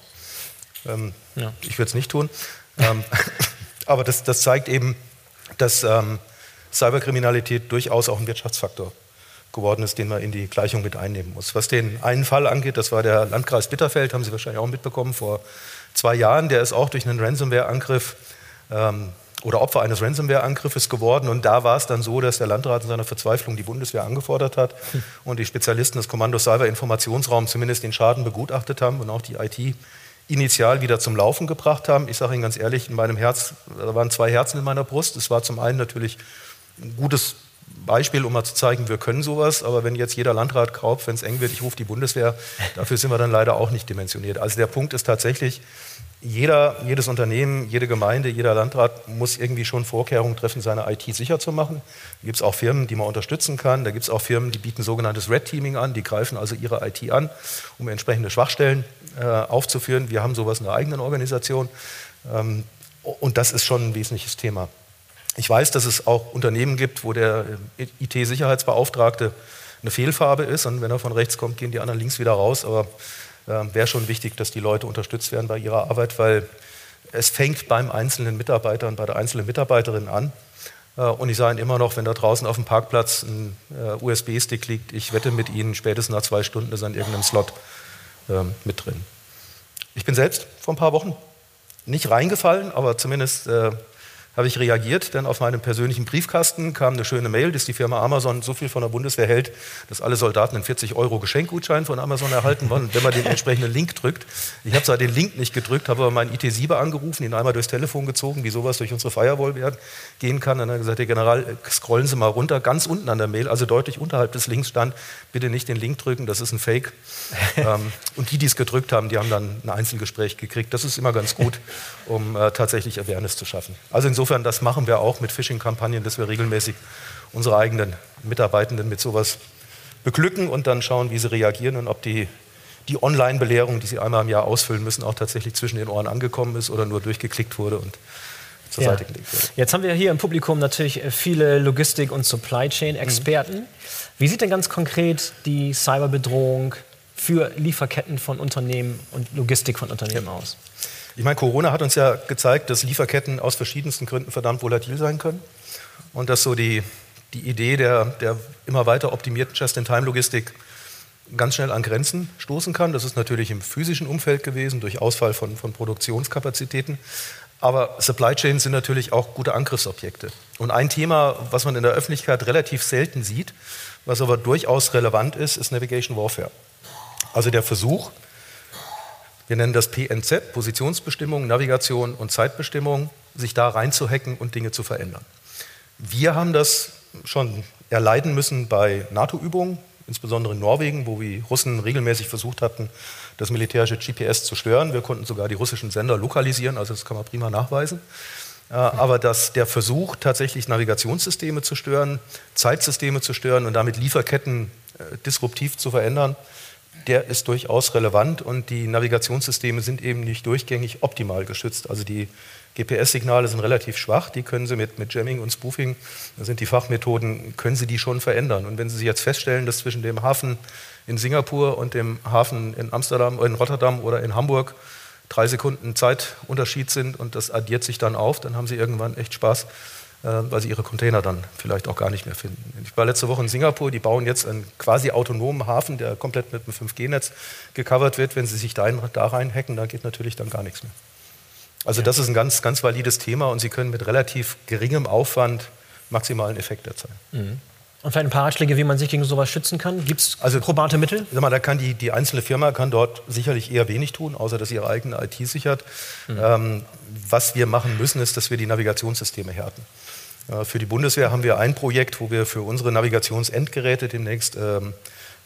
[SPEAKER 2] Ähm, ja. Ich würde es nicht tun. Ähm, aber das, das zeigt eben, dass ähm, Cyberkriminalität durchaus auch ein Wirtschaftsfaktor geworden ist, den man in die Gleichung mit einnehmen muss. Was den einen Fall angeht, das war der Landkreis Bitterfeld, haben Sie wahrscheinlich auch mitbekommen, vor zwei Jahren. Der ist auch durch einen Ransomware-Angriff ähm, oder Opfer eines Ransomware-Angriffes geworden. Und da war es dann so, dass der Landrat in seiner Verzweiflung die Bundeswehr angefordert hat hm. und die Spezialisten des Kommandos Cyber-Informationsraum zumindest den Schaden begutachtet haben und auch die I T initial wieder zum Laufen gebracht haben. Ich sage Ihnen ganz ehrlich, in meinem Herz, da waren zwei Herzen in meiner Brust. Es war zum einen natürlich ein gutes Beispiel, um mal zu zeigen, wir können sowas, aber wenn jetzt jeder Landrat kauft, wenn es eng wird, ich rufe die Bundeswehr, dafür sind wir dann leider auch nicht dimensioniert. Also der Punkt ist tatsächlich, jeder, jedes Unternehmen, jede Gemeinde, jeder Landrat muss irgendwie schon Vorkehrungen treffen, seine I T sicher zu machen. Da gibt es auch Firmen, die man unterstützen kann. Da gibt es auch Firmen, die bieten sogenanntes Red Teaming an, die greifen also ihre I T an, um entsprechende Schwachstellen äh, aufzuführen. Wir haben sowas in der eigenen Organisation ähm, und das ist schon ein wesentliches Thema. Ich weiß, dass es auch Unternehmen gibt, wo der I T-Sicherheitsbeauftragte eine Fehlfarbe ist und wenn er von rechts kommt, gehen die anderen links wieder raus. Aber äh, wäre schon wichtig, dass die Leute unterstützt werden bei ihrer Arbeit, weil es fängt beim einzelnen Mitarbeiter und bei der einzelnen Mitarbeiterin an. Äh, und ich sage Ihnen immer noch, wenn da draußen auf dem Parkplatz ein äh, U S B-Stick liegt, ich wette mit Ihnen, spätestens nach zwei Stunden ist er in irgendeinem Slot äh, mit drin. Ich bin selbst vor ein paar Wochen nicht reingefallen, aber zumindest Äh, habe ich reagiert, denn auf meinem persönlichen Briefkasten kam eine schöne Mail, dass die Firma Amazon so viel von der Bundeswehr hält, dass alle Soldaten einen vierzig Euro Geschenkgutschein von Amazon erhalten wollen. Und wenn man den entsprechenden Link drückt, ich habe zwar den Link nicht gedrückt, habe aber meinen I T sieben angerufen, ihn einmal durchs Telefon gezogen, wie sowas durch unsere Firewall gehen kann. Und dann hat er gesagt, Herr General, scrollen Sie mal runter, ganz unten an der Mail, also deutlich unterhalb des Links stand, bitte nicht den Link drücken, das ist ein Fake. ähm, und die, die es gedrückt haben, die haben dann ein Einzelgespräch gekriegt. Das ist immer ganz gut, um äh, tatsächlich Awareness zu schaffen. Also insofern Insofern, das machen wir auch mit Phishing-Kampagnen, dass wir regelmäßig unsere eigenen Mitarbeitenden mit sowas beglücken und dann schauen, wie sie reagieren und ob die, die Online-Belehrung, die sie einmal im Jahr ausfüllen müssen, auch tatsächlich zwischen den Ohren angekommen ist oder nur durchgeklickt wurde und zur
[SPEAKER 1] ja.
[SPEAKER 2] Seite gelegt wurde.
[SPEAKER 1] Jetzt haben wir hier im Publikum natürlich viele Logistik- und Supply-Chain-Experten. Mhm. Wie sieht denn ganz konkret die Cyberbedrohung für Lieferketten von Unternehmen und Logistik von Unternehmen ja. aus?
[SPEAKER 2] Ich meine, Corona hat uns ja gezeigt, dass Lieferketten aus verschiedensten Gründen verdammt volatil sein können und dass so die, die Idee der, der immer weiter optimierten Just-in-Time-Logistik ganz schnell an Grenzen stoßen kann. Das ist natürlich im physischen Umfeld gewesen, durch Ausfall von, von Produktionskapazitäten. Aber Supply Chains sind natürlich auch gute Angriffsobjekte. Und ein Thema, was man in der Öffentlichkeit relativ selten sieht, was aber durchaus relevant ist, ist Navigation Warfare. Also der Versuch, wir nennen das P N Z, Positionsbestimmung, Navigation und Zeitbestimmung, sich da reinzuhacken und Dinge zu verändern. Wir haben das schon erleiden müssen bei NATO-Übungen, insbesondere in Norwegen, wo die Russen regelmäßig versucht hatten, das militärische G P S zu stören. Wir konnten sogar die russischen Sender lokalisieren, also das kann man prima nachweisen. Aber dass der Versuch, tatsächlich Navigationssysteme zu stören, Zeitsysteme zu stören und damit Lieferketten disruptiv zu verändern, der ist durchaus relevant und die Navigationssysteme sind eben nicht durchgängig optimal geschützt. Also die G P S-Signale sind relativ schwach, die können Sie mit, mit Jamming und Spoofing, das sind die Fachmethoden, können Sie die schon verändern. Und wenn Sie jetzt feststellen, dass zwischen dem Hafen in Singapur und dem Hafen in Amsterdam, in Rotterdam oder in Hamburg drei Sekunden Zeitunterschied sind und das addiert sich dann auf, dann haben Sie irgendwann echt Spaß, weil sie ihre Container dann vielleicht auch gar nicht mehr finden. Ich war letzte Woche in Singapur, die bauen jetzt einen quasi autonomen Hafen, der komplett mit einem fünf G Netz gecovert wird. Wenn sie sich da, da reinhacken, da geht natürlich dann gar nichts mehr. Also das ist ein ganz, ganz valides Thema und Sie können mit relativ geringem Aufwand maximalen Effekt erzielen.
[SPEAKER 1] Mhm. Und vielleicht ein paar Ratschläge, wie man sich gegen sowas schützen kann? Gibt es also probate Mittel?
[SPEAKER 2] Sag mal, da kann die, die einzelne Firma kann dort sicherlich eher wenig tun, außer dass sie ihre eigene I T sichert. Mhm. Ähm, was wir machen müssen, ist, dass wir die Navigationssysteme härten. Äh, für die Bundeswehr haben wir ein Projekt, wo wir für unsere Navigationsendgeräte demnächst ähm,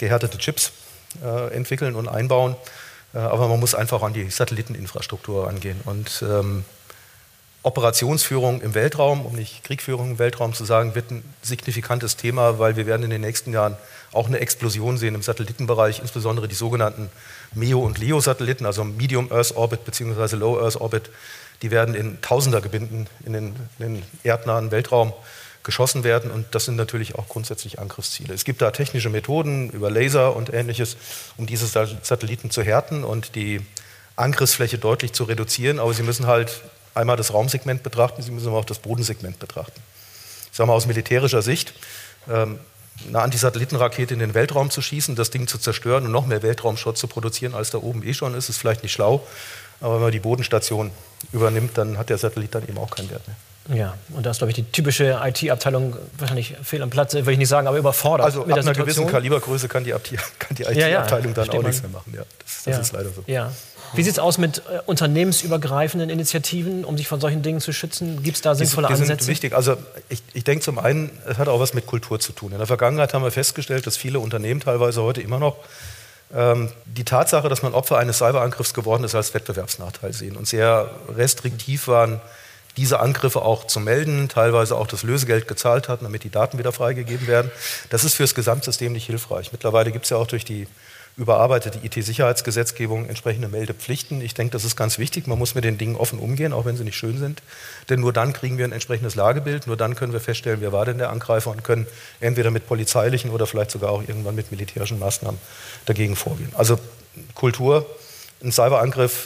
[SPEAKER 2] gehärtete Chips äh, entwickeln und einbauen. Äh, aber man muss einfach an die Satelliteninfrastruktur rangehen. Und ähm, Operationsführung im Weltraum, um nicht Kriegführung im Weltraum zu sagen, wird ein signifikantes Thema, weil wir werden in den nächsten Jahren auch eine Explosion sehen im Satellitenbereich, insbesondere die sogenannten M E O- und LEO-Satelliten, also Medium Earth Orbit bzw. Low Earth Orbit, die werden in Tausendergebinden in den, in den erdnahen Weltraum geschossen werden und das sind natürlich auch grundsätzlich Angriffsziele. Es gibt da technische Methoden über Laser und Ähnliches, um diese Satelliten zu härten und die Angriffsfläche deutlich zu reduzieren, aber sie müssen halt einmal das Raumsegment betrachten, Sie müssen aber auch das Bodensegment betrachten. Ich sage mal aus militärischer Sicht, ähm, eine Antisatellitenrakete in den Weltraum zu schießen, das Ding zu zerstören und noch mehr Weltraumschrott zu produzieren, als da oben eh schon ist, ist vielleicht nicht schlau. Aber wenn man die Bodenstation übernimmt, dann hat der Satellit dann eben auch keinen Wert mehr.
[SPEAKER 1] Ja, und da ist, glaube ich, die typische I T-Abteilung wahrscheinlich fehl am Platz, will ich nicht sagen, aber überfordert.
[SPEAKER 2] Also ab einer gewissen Kalibergröße kann die, kann die I T-Abteilung ja, ja, dann auch nichts mehr machen. Ja, das das
[SPEAKER 1] ja.
[SPEAKER 2] ist leider so.
[SPEAKER 1] Ja. Wie sieht es aus mit äh, unternehmensübergreifenden Initiativen, um sich von solchen Dingen zu schützen? Gibt es da sinnvolle
[SPEAKER 2] die sind, die
[SPEAKER 1] Ansätze?
[SPEAKER 2] sind wichtig. Also ich, ich denke zum einen, es hat auch was mit Kultur zu tun. In der Vergangenheit haben wir festgestellt, dass viele Unternehmen teilweise heute immer noch ähm, die Tatsache, dass man Opfer eines Cyberangriffs geworden ist, als Wettbewerbsnachteil sehen und sehr restriktiv waren, diese Angriffe auch zu melden, teilweise auch das Lösegeld gezahlt hatten, damit die Daten wieder freigegeben werden. Das ist für das Gesamtsystem nicht hilfreich. Mittlerweile gibt es ja auch durch die überarbeitete I T-Sicherheitsgesetzgebung entsprechende Meldepflichten. Ich denke, das ist ganz wichtig. Man muss mit den Dingen offen umgehen, auch wenn sie nicht schön sind. Denn nur dann kriegen wir ein entsprechendes Lagebild, nur dann können wir feststellen, wer war denn der Angreifer und können entweder mit polizeilichen oder vielleicht sogar auch irgendwann mit militärischen Maßnahmen dagegen vorgehen. Also Kultur, ein Cyberangriff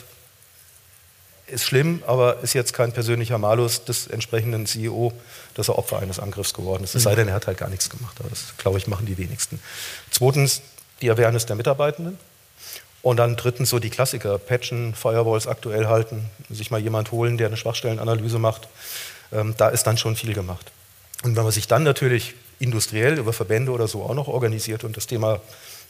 [SPEAKER 2] ist schlimm, aber ist jetzt kein persönlicher Malus des entsprechenden C E O, dass er Opfer eines Angriffs geworden ist. Es sei denn, er hat halt gar nichts gemacht. Aber das, glaube ich, machen die wenigsten. Zweitens, die Awareness der Mitarbeitenden. Und dann drittens so die Klassiker, patchen, Firewalls aktuell halten, sich mal jemand holen, der eine Schwachstellenanalyse macht. Ähm, da ist dann schon viel gemacht. Und wenn man sich dann natürlich industriell über Verbände oder so auch noch organisiert und das Thema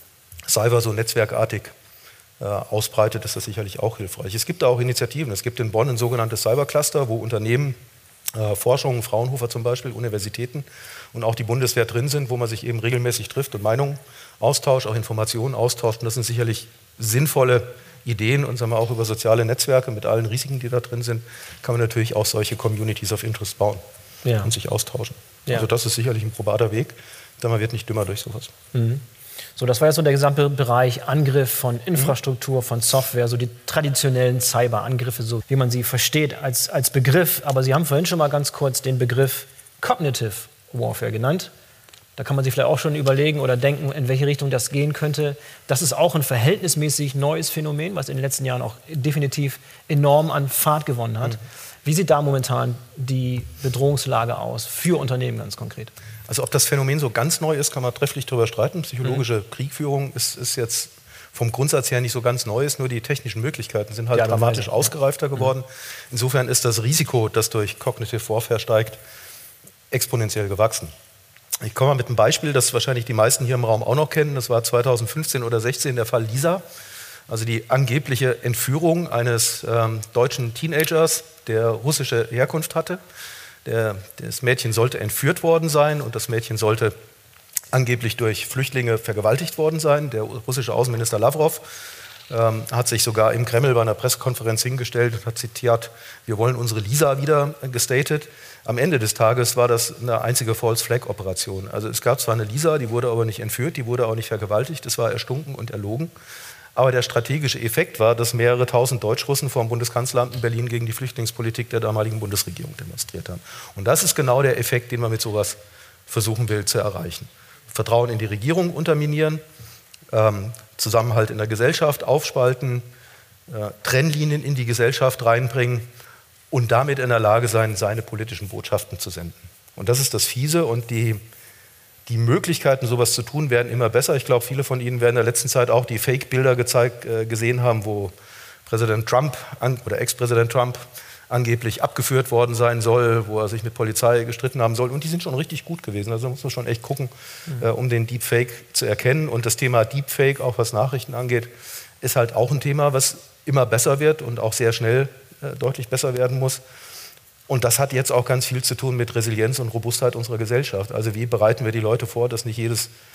[SPEAKER 2] Cyber so netzwerkartig äh, ausbreitet, ist das sicherlich auch hilfreich. Es gibt da auch Initiativen. Es gibt in Bonn ein sogenanntes Cybercluster, wo Unternehmen, äh, Forschung, Fraunhofer zum Beispiel, Universitäten und auch die Bundeswehr drin sind, wo man sich eben regelmäßig trifft und Meinungen austauscht, auch Informationen austauscht. Und das sind sicherlich sinnvolle Ideen. Und sagen wir auch über soziale Netzwerke mit allen Risiken, die da drin sind, kann man natürlich auch solche Communities of Interest bauen ja. und sich austauschen. Ja. Also das ist sicherlich ein probater Weg, denn man wird nicht dümmer durch sowas.
[SPEAKER 1] Mhm. So, das war jetzt so der gesamte Bereich Angriff von Infrastruktur, von Software, so die traditionellen Cyberangriffe, so wie man sie versteht als, als Begriff. Aber Sie haben vorhin schon mal ganz kurz den Begriff Cognitive Warfare genannt. Da kann man sich vielleicht auch schon überlegen oder denken, in welche Richtung das gehen könnte. Das ist auch ein verhältnismäßig neues Phänomen, was in den letzten Jahren auch definitiv enorm an Fahrt gewonnen hat. Mhm. Wie sieht da momentan die Bedrohungslage aus für Unternehmen ganz konkret?
[SPEAKER 2] Also ob das Phänomen so ganz neu ist, kann man trefflich darüber streiten. Psychologische mhm. Kriegführung ist, ist jetzt vom Grundsatz her nicht so ganz neu, ist nur die technischen Möglichkeiten sind halt ja, dramatisch ausgereifter ja. geworden. Insofern ist das Risiko, das durch Cognitive Warfare steigt, exponentiell gewachsen. Ich komme mal mit einem Beispiel, das wahrscheinlich die meisten hier im Raum auch noch kennen. Das war zweitausendfünfzehn oder sechzehn der Fall Lisa, also die angebliche Entführung eines ähm, deutschen Teenagers, der russische Herkunft hatte. Der, das Mädchen sollte entführt worden sein und das Mädchen sollte angeblich durch Flüchtlinge vergewaltigt worden sein. Der russische Außenminister Lavrov ähm, hat sich sogar im Kreml bei einer Pressekonferenz hingestellt und hat zitiert, wir wollen unsere Lisa wieder gestatet. Am Ende des Tages war das eine einzige False-Flag-Operation. Also es gab zwar eine Lisa, die wurde aber nicht entführt, die wurde auch nicht vergewaltigt, es war erstunken und erlogen. Aber der strategische Effekt war, dass mehrere tausend Deutschrussen vor dem Bundeskanzleramt in Berlin gegen die Flüchtlingspolitik der damaligen Bundesregierung demonstriert haben. Und das ist genau der Effekt, den man mit sowas versuchen will zu erreichen. Vertrauen in die Regierung unterminieren, ähm, Zusammenhalt in der Gesellschaft aufspalten, äh, Trennlinien in die Gesellschaft reinbringen und damit in der Lage sein, seine politischen Botschaften zu senden. Und das ist das Fiese und die Die Möglichkeiten, sowas zu tun, werden immer besser. Ich glaube, viele von Ihnen werden in der letzten Zeit auch die Fake-Bilder gezeigt, äh, gesehen haben, wo Präsident Trump an, oder Ex-Präsident Trump angeblich abgeführt worden sein soll, wo er sich mit Polizei gestritten haben soll. Und die sind schon richtig gut gewesen. Also muss man schon echt gucken, mhm. äh, um den Deepfake zu erkennen. Und das Thema Deepfake, auch was Nachrichten angeht, ist halt auch ein Thema, was immer besser wird und auch sehr schnell äh, deutlich besser werden muss. Und das hat jetzt auch ganz viel zu tun mit Resilienz und Robustheit unserer Gesellschaft. Also wie bereiten wir die Leute vor, dass nicht jedes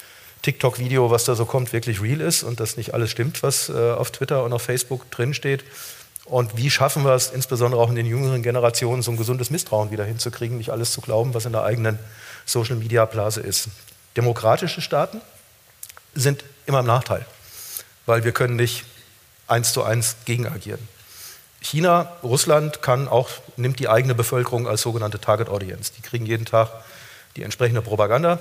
[SPEAKER 2] TikTok-Video, was da so kommt, wirklich real ist und dass nicht alles stimmt, was äh, auf Twitter und auf Facebook drinsteht. Und wie schaffen wir es, insbesondere auch in den jüngeren Generationen, so ein gesundes Misstrauen wieder hinzukriegen, nicht alles zu glauben, was in der eigenen Social-Media-Blase ist. Demokratische Staaten sind immer im Nachteil, weil wir können nicht eins zu eins gegenagieren. China, Russland kann auch, nimmt die eigene Bevölkerung als sogenannte Target Audience. Die kriegen jeden Tag die entsprechende Propaganda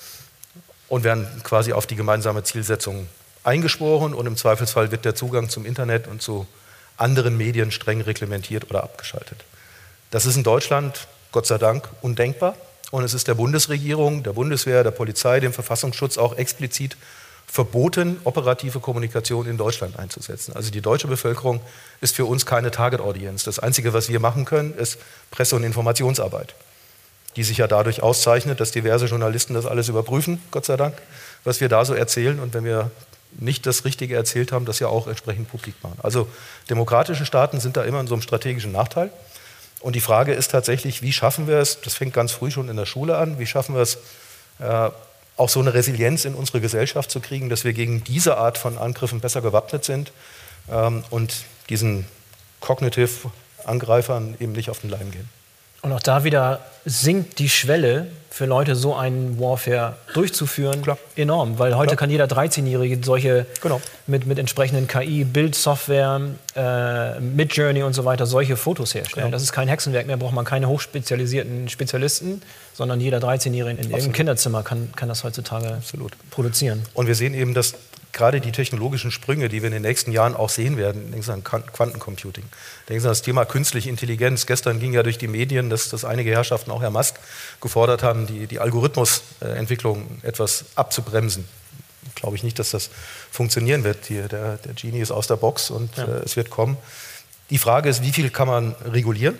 [SPEAKER 2] und werden quasi auf die gemeinsame Zielsetzung eingeschworen und im Zweifelsfall wird der Zugang zum Internet und zu anderen Medien streng reglementiert oder abgeschaltet. Das ist in Deutschland, Gott sei Dank, undenkbar und es ist der Bundesregierung, der Bundeswehr, der Polizei, dem Verfassungsschutz auch explizit verboten, operative Kommunikation in Deutschland einzusetzen. Also die deutsche Bevölkerung ist für uns keine Target Audience. Das Einzige, was wir machen können, ist Presse- und Informationsarbeit, die sich ja dadurch auszeichnet, dass diverse Journalisten das alles überprüfen, Gott sei Dank, was wir da so erzählen und wenn wir nicht das Richtige erzählt haben, das ja auch entsprechend publik machen. Also demokratische Staaten sind da immer in so einem strategischen Nachteil. Und die Frage ist tatsächlich, wie schaffen wir es, das fängt ganz früh schon in der Schule an, wie schaffen wir es, äh, auch so eine Resilienz in unsere Gesellschaft zu kriegen, dass wir gegen diese Art von Angriffen besser gewappnet sind ähm, und diesen Cognitive-Angreifern eben nicht auf den Leim gehen.
[SPEAKER 1] Und auch da wieder sinkt die Schwelle für Leute, so einen Warfare durchzuführen, Klar. enorm. Weil heute Klar. kann jeder dreizehnjährige solche genau. mit, mit entsprechenden K I, Bildsoftware, äh, Midjourney und so weiter, solche Fotos herstellen. Genau. Das ist kein Hexenwerk mehr, braucht man keine hochspezialisierten Spezialisten, sondern jeder dreizehnjährige in irgendeinem Kinderzimmer kann, kann das heutzutage Absolut. produzieren.
[SPEAKER 2] Und wir sehen eben, dass gerade die technologischen Sprünge, die wir in den nächsten Jahren auch sehen werden, denken Sie an Quantencomputing, denken Sie an das Thema künstliche Intelligenz. Gestern ging ja durch die Medien, dass, dass einige Herrschaften, auch Herr Musk, gefordert haben, die, die Algorithmusentwicklung etwas abzubremsen. Glaube ich nicht, dass das funktionieren wird. Die, der, der Genie ist aus der Box und ja. äh, es wird kommen. Die Frage ist, wie viel kann man regulieren?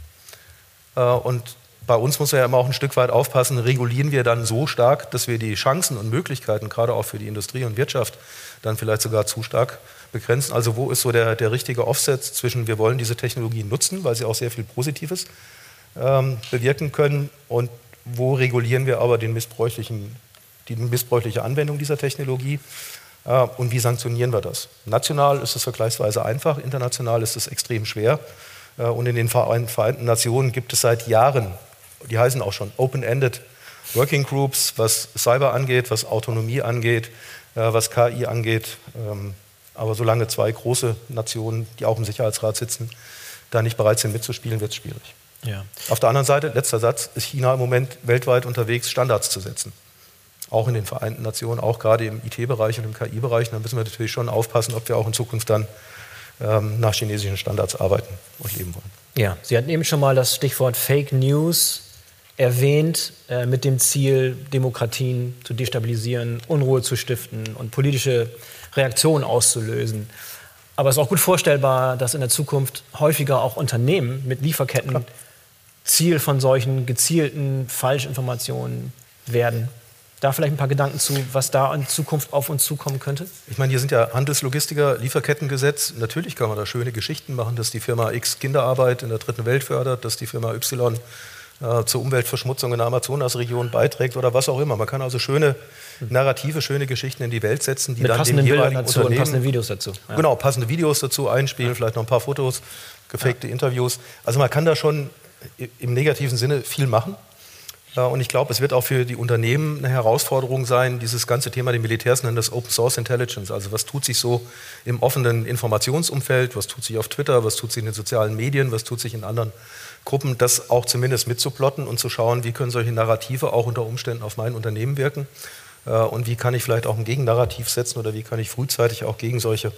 [SPEAKER 2] Äh, und bei uns muss man ja immer auch ein Stück weit aufpassen, regulieren wir dann so stark, dass wir die Chancen und Möglichkeiten, gerade auch für die Industrie und Wirtschaft, dann vielleicht sogar zu stark begrenzen. Also wo ist so der, der richtige Offset zwischen, wir wollen diese Technologien nutzen, weil sie auch sehr viel Positives ähm, bewirken können, und wo regulieren wir aber den missbräuchlichen, die missbräuchliche Anwendung dieser Technologie äh, und wie sanktionieren wir das? National ist es vergleichsweise einfach, international ist es extrem schwer äh, und in den Vereinten Nationen gibt es seit Jahren, die heißen auch schon Open-Ended Working Groups, was Cyber angeht, was Autonomie angeht, äh, was K I angeht. Ähm, aber solange zwei große Nationen, die auch im Sicherheitsrat sitzen, da nicht bereit sind mitzuspielen, wird es schwierig. Ja. Auf der anderen Seite, letzter Satz, ist China im Moment weltweit unterwegs, Standards zu setzen. Auch in den Vereinten Nationen, auch gerade im I T-Bereich und im K I-Bereich. Da müssen wir natürlich schon aufpassen, ob wir auch in Zukunft dann ähm, nach chinesischen Standards arbeiten und leben wollen.
[SPEAKER 1] Ja, Sie hatten eben schon mal das Stichwort Fake News erwähnt, äh, mit dem Ziel, Demokratien zu destabilisieren, Unruhe zu stiften und politische Reaktionen auszulösen. Aber es ist auch gut vorstellbar, dass in der Zukunft häufiger auch Unternehmen mit Lieferketten Klar. Ziel von solchen gezielten Falschinformationen werden. Da vielleicht ein paar Gedanken zu, was da in Zukunft auf uns zukommen könnte?
[SPEAKER 2] Ich meine, hier sind ja Handelslogistiker, Lieferkettengesetz. Natürlich kann man da schöne Geschichten machen, dass die Firma X Kinderarbeit in der dritten Welt fördert, dass die Firma Y äh, zur Umweltverschmutzung in der Amazonasregion beiträgt oder was auch immer. Man kann also schöne Narrative, schöne Geschichten in die Welt setzen, die
[SPEAKER 1] mit
[SPEAKER 2] dann
[SPEAKER 1] passenden
[SPEAKER 2] dem jeweiligen
[SPEAKER 1] Bildern dazu
[SPEAKER 2] Unternehmen...
[SPEAKER 1] Und passende Videos dazu.
[SPEAKER 2] Ja. Genau, passende Videos dazu einspielen, ja. vielleicht noch ein paar Fotos, gefakte ja. Interviews. Also man kann da schon im negativen Sinne viel machen. Und ich glaube, es wird auch für die Unternehmen eine Herausforderung sein, dieses ganze Thema, die Militärs nennen das Open Source Intelligence. Also was tut sich so im offenen Informationsumfeld, was tut sich auf Twitter, was tut sich in den sozialen Medien, was tut sich in anderen Gruppen, das auch zumindest mitzuplotten und zu schauen, wie können solche Narrative auch unter Umständen auf mein Unternehmen wirken und wie kann ich vielleicht auch ein Gegennarrativ setzen oder wie kann ich frühzeitig auch gegen solche,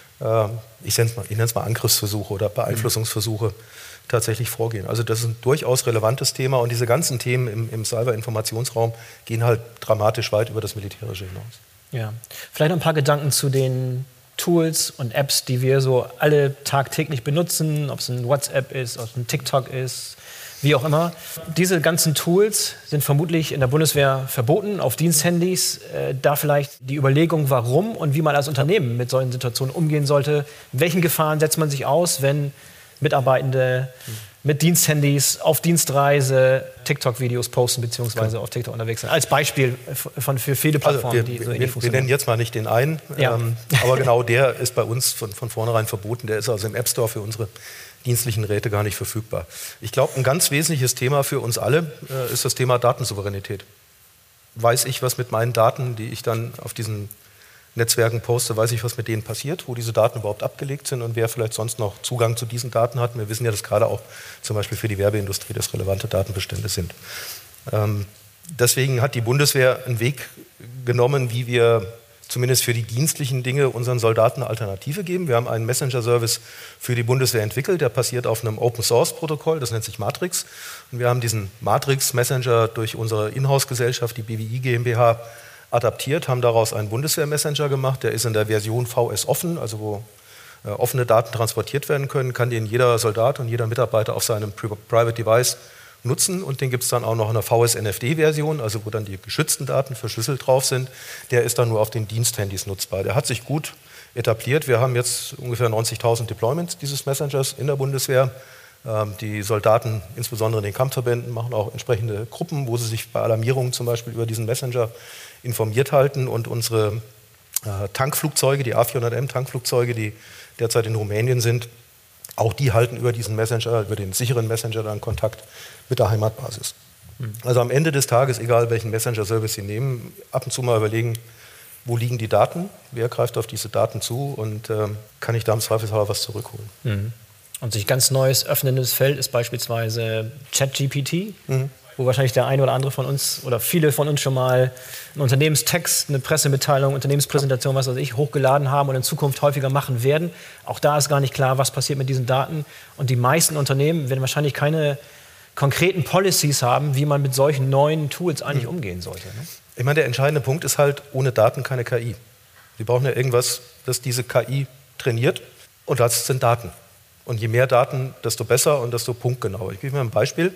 [SPEAKER 2] ich nenne es mal, ich nenne es mal Angriffsversuche oder Beeinflussungsversuche tatsächlich vorgehen. Also das ist ein durchaus relevantes Thema und diese ganzen Themen im, im Cyber-Informationsraum gehen halt dramatisch weit über das Militärische hinaus.
[SPEAKER 1] Ja, vielleicht noch ein paar Gedanken zu den Tools und Apps, die wir so alle tagtäglich benutzen, ob es ein WhatsApp ist, ob es ein TikTok ist, wie auch immer. Diese ganzen Tools sind vermutlich in der Bundeswehr verboten, auf Diensthandys. Äh, da vielleicht die Überlegung, warum und wie man als Unternehmen mit solchen Situationen umgehen sollte. Welchen Gefahren setzt man sich aus, wenn Mitarbeitende mit Diensthandys auf Dienstreise TikTok-Videos posten beziehungsweise auf TikTok unterwegs sind. Als Beispiel von, für viele Plattformen,
[SPEAKER 2] also wir,
[SPEAKER 1] die so
[SPEAKER 2] ähnlich
[SPEAKER 1] wir,
[SPEAKER 2] funktionieren. Wir nennen jetzt mal nicht den einen,
[SPEAKER 1] ja. ähm,
[SPEAKER 2] aber genau der ist bei uns von, von vornherein verboten. Der ist also im App Store für unsere dienstlichen Geräte gar nicht verfügbar. Ich glaube, ein ganz wesentliches Thema für uns alle äh, ist das Thema Datensouveränität. Weiß ich, was mit meinen Daten, die ich dann auf diesen Netzwerken poste, weiß ich, was mit denen passiert, wo diese Daten überhaupt abgelegt sind und wer vielleicht sonst noch Zugang zu diesen Daten hat. Wir wissen ja, dass gerade auch zum Beispiel für die Werbeindustrie das relevante Datenbestände sind. Ähm, deswegen hat die Bundeswehr einen Weg genommen, wie wir zumindest für die dienstlichen Dinge unseren Soldaten eine Alternative geben. Wir haben einen Messenger-Service für die Bundeswehr entwickelt, der basiert auf einem Open-Source-Protokoll, das nennt sich Matrix. Und wir haben diesen Matrix-Messenger durch unsere Inhouse-Gesellschaft, die B W I GmbH, adaptiert, haben daraus einen Bundeswehr-Messenger gemacht, der ist in der Version V S offen, also wo äh, offene Daten transportiert werden können, kann den jeder Soldat und jeder Mitarbeiter auf seinem Private Device nutzen und den gibt es dann auch noch in der V S N F D-Version, also wo dann die geschützten Daten verschlüsselt drauf sind, der ist dann nur auf den Diensthandys nutzbar. Der hat sich gut etabliert, wir haben jetzt ungefähr neunzigtausend Deployments dieses Messengers in der Bundeswehr. Ähm, die Soldaten, insbesondere in den Kampfverbänden, machen auch entsprechende Gruppen, wo sie sich bei Alarmierungen zum Beispiel über diesen Messenger informiert halten und unsere äh, Tankflugzeuge, die A vierhundert M Tankflugzeuge, die derzeit in Rumänien sind, auch die halten über diesen Messenger, über den sicheren Messenger dann Kontakt mit der Heimatbasis. Mhm. Also am Ende des Tages, egal welchen Messenger-Service Sie nehmen, ab und zu mal überlegen, wo liegen die Daten, wer greift auf diese Daten zu und äh, kann ich da im Zweifelsfall was zurückholen.
[SPEAKER 1] Mhm. Und sich ganz neues öffnendes Feld ist beispielsweise ChatGPT. Mhm. Wo wahrscheinlich der eine oder andere von uns oder viele von uns schon mal einen Unternehmenstext, eine Pressemitteilung, Unternehmenspräsentation, was weiß ich, hochgeladen haben und in Zukunft häufiger machen werden. Auch da ist gar nicht klar, was passiert mit diesen Daten. Und die meisten Unternehmen werden wahrscheinlich keine konkreten Policies haben, wie man mit solchen neuen Tools eigentlich mhm. umgehen sollte. Ne?
[SPEAKER 2] Ich meine, der entscheidende Punkt ist halt, ohne Daten keine K I. Sie brauchen ja irgendwas, das diese K I trainiert und das sind Daten. Und je mehr Daten, desto besser und desto punktgenauer. Ich gebe mal ein Beispiel.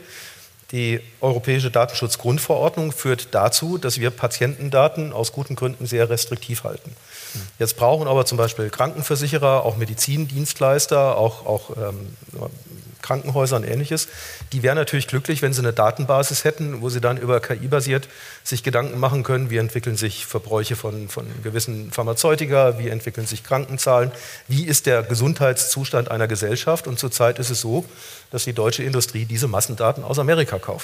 [SPEAKER 2] Die Europäische Datenschutzgrundverordnung führt dazu, dass wir Patientendaten aus guten Gründen sehr restriktiv halten. Jetzt brauchen aber zum Beispiel Krankenversicherer, auch Medizindienstleister, auch, auch ähm, Krankenhäuser und Ähnliches, die wären natürlich glücklich, wenn sie eine Datenbasis hätten, wo sie dann über K I-basiert sich Gedanken machen können, wie entwickeln sich Verbräuche von, von gewissen Pharmazeutika, wie entwickeln sich Krankenzahlen, wie ist der Gesundheitszustand einer Gesellschaft. Und zurzeit ist es so, dass die deutsche Industrie diese Massendaten aus Amerika kauft,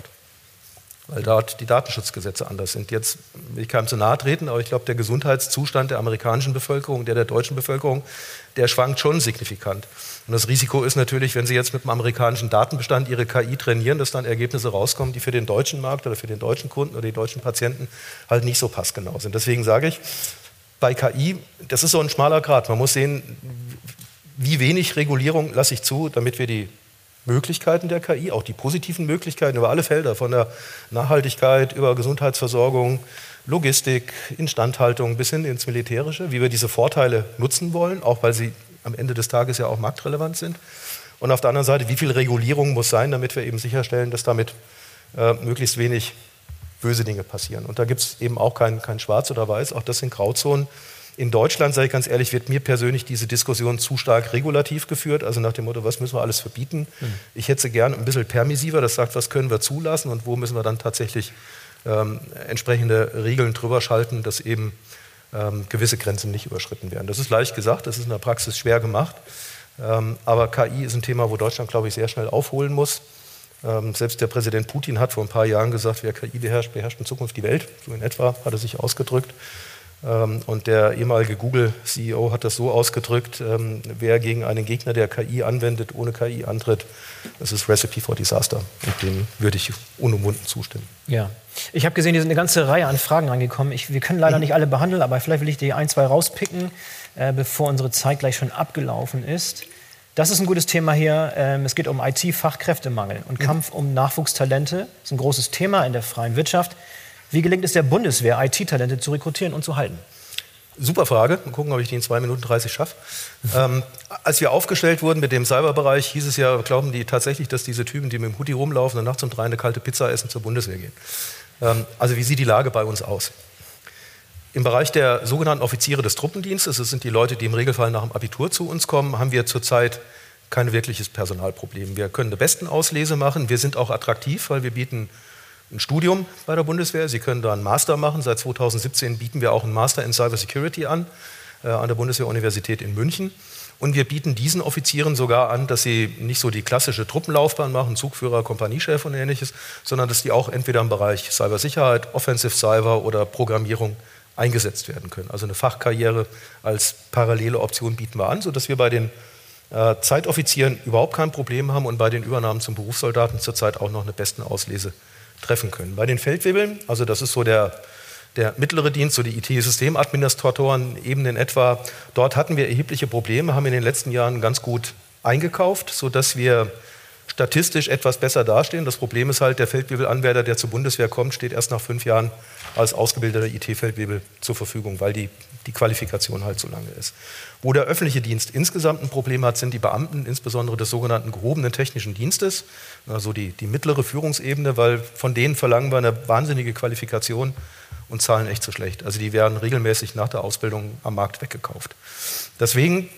[SPEAKER 2] weil dort die Datenschutzgesetze anders sind. Jetzt will ich keinem zu nahe treten, aber ich glaube, der Gesundheitszustand der amerikanischen Bevölkerung, der der deutschen Bevölkerung, der schwankt schon signifikant. Und das Risiko ist natürlich, wenn Sie jetzt mit dem amerikanischen Datenbestand Ihre K I trainieren, dass dann Ergebnisse rauskommen, die für den deutschen Markt oder für den deutschen Kunden oder die deutschen Patienten halt nicht so passgenau sind. Deswegen sage ich, bei K I, das ist so ein schmaler Grat. Man muss sehen, wie wenig Regulierung lasse ich zu, damit wir die Möglichkeiten der K I, auch die positiven Möglichkeiten über alle Felder, von der Nachhaltigkeit über Gesundheitsversorgung, Logistik, Instandhaltung bis hin ins Militärische, wie wir diese Vorteile nutzen wollen, auch weil sie am Ende des Tages ja auch marktrelevant sind. Und auf der anderen Seite, wie viel Regulierung muss sein, damit wir eben sicherstellen, dass damit äh, möglichst wenig böse Dinge passieren. Und da gibt es eben auch kein, kein Schwarz oder Weiß, auch das sind Grauzonen. In Deutschland, sage ich ganz ehrlich, wird mir persönlich diese Diskussion zu stark regulativ geführt, also nach dem Motto, was müssen wir alles verbieten. Mhm. Ich hätte sie gern ein bisschen permissiver, das sagt, was können wir zulassen und wo müssen wir dann tatsächlich ähm, entsprechende Regeln drüber schalten, dass eben ähm, gewisse Grenzen nicht überschritten werden. Das ist leicht gesagt, das ist in der Praxis schwer gemacht, ähm, aber K I ist ein Thema, wo Deutschland, glaube ich, sehr schnell aufholen muss. Ähm, selbst der Präsident Putin hat vor ein paar Jahren gesagt, wer K I beherrscht, beherrscht in Zukunft die Welt, so in etwa hat er sich ausgedrückt. Und der ehemalige Google-C E O hat das so ausgedrückt, wer gegen einen Gegner, der K I anwendet, ohne K I antritt, das ist Recipe for Disaster. Und dem würde ich unumwunden zustimmen.
[SPEAKER 1] Ja, ich habe gesehen, hier sind eine ganze Reihe an Fragen reingekommen. Ich, wir können leider nicht alle behandeln, aber vielleicht will ich die ein, zwei rauspicken, äh, bevor unsere Zeit gleich schon abgelaufen ist. Das ist ein gutes Thema hier. Ähm, es geht um I T-Fachkräftemangel und Kampf um Nachwuchstalente. Das ist ein großes Thema in der freien Wirtschaft. Wie gelingt es der Bundeswehr, I T-Talente zu rekrutieren und zu halten?
[SPEAKER 2] Super Frage. Mal gucken, ob ich die in zwei Minuten dreißig schaffe. ähm, als wir aufgestellt wurden mit dem Cyberbereich, hieß es ja, glauben die tatsächlich, dass diese Typen, die mit dem Hoodie rumlaufen und nachts um drei eine kalte Pizza essen, zur Bundeswehr gehen. Ähm, also wie sieht die Lage bei uns aus? Im Bereich der sogenannten Offiziere des Truppendienstes, das sind die Leute, die im Regelfall nach dem Abitur zu uns kommen, haben wir zurzeit kein wirkliches Personalproblem. Wir können eine Bestenauslese machen. Wir sind auch attraktiv, weil wir bieten ein Studium bei der Bundeswehr. Sie können da einen Master machen. Seit zweitausendsiebzehn bieten wir auch einen Master in Cyber Security an, äh, an der Bundeswehr-Universität in München. Und wir bieten diesen Offizieren sogar an, dass sie nicht so die klassische Truppenlaufbahn machen, Zugführer, Kompaniechef und Ähnliches, sondern dass die auch entweder im Bereich Cybersicherheit, Offensive Cyber oder Programmierung eingesetzt werden können. Also eine Fachkarriere als parallele Option bieten wir an, sodass wir bei den äh, Zeitoffizieren überhaupt kein Problem haben und bei den Übernahmen zum Berufssoldaten zurzeit auch noch eine Bestenauslese treffen können. Bei den Feldwebeln, also das ist so der, der mittlere Dienst, so die I T-Systemadministratoren eben in etwa, dort hatten wir erhebliche Probleme, haben in den letzten Jahren ganz gut eingekauft, sodass wir statistisch etwas besser dastehen. Das Problem ist halt, der Feldwebelanwärter, der zur Bundeswehr kommt, steht erst nach fünf Jahren als ausgebildeter I T-Feldwebel zur Verfügung, weil die, die Qualifikation halt so lange ist. Wo der öffentliche Dienst insgesamt ein Problem hat, sind die Beamten, insbesondere des sogenannten gehobenen technischen Dienstes, also die, die mittlere Führungsebene, weil von denen verlangen wir eine wahnsinnige Qualifikation und zahlen echt so schlecht. Also die werden regelmäßig nach der Ausbildung am Markt weggekauft. Deswegen,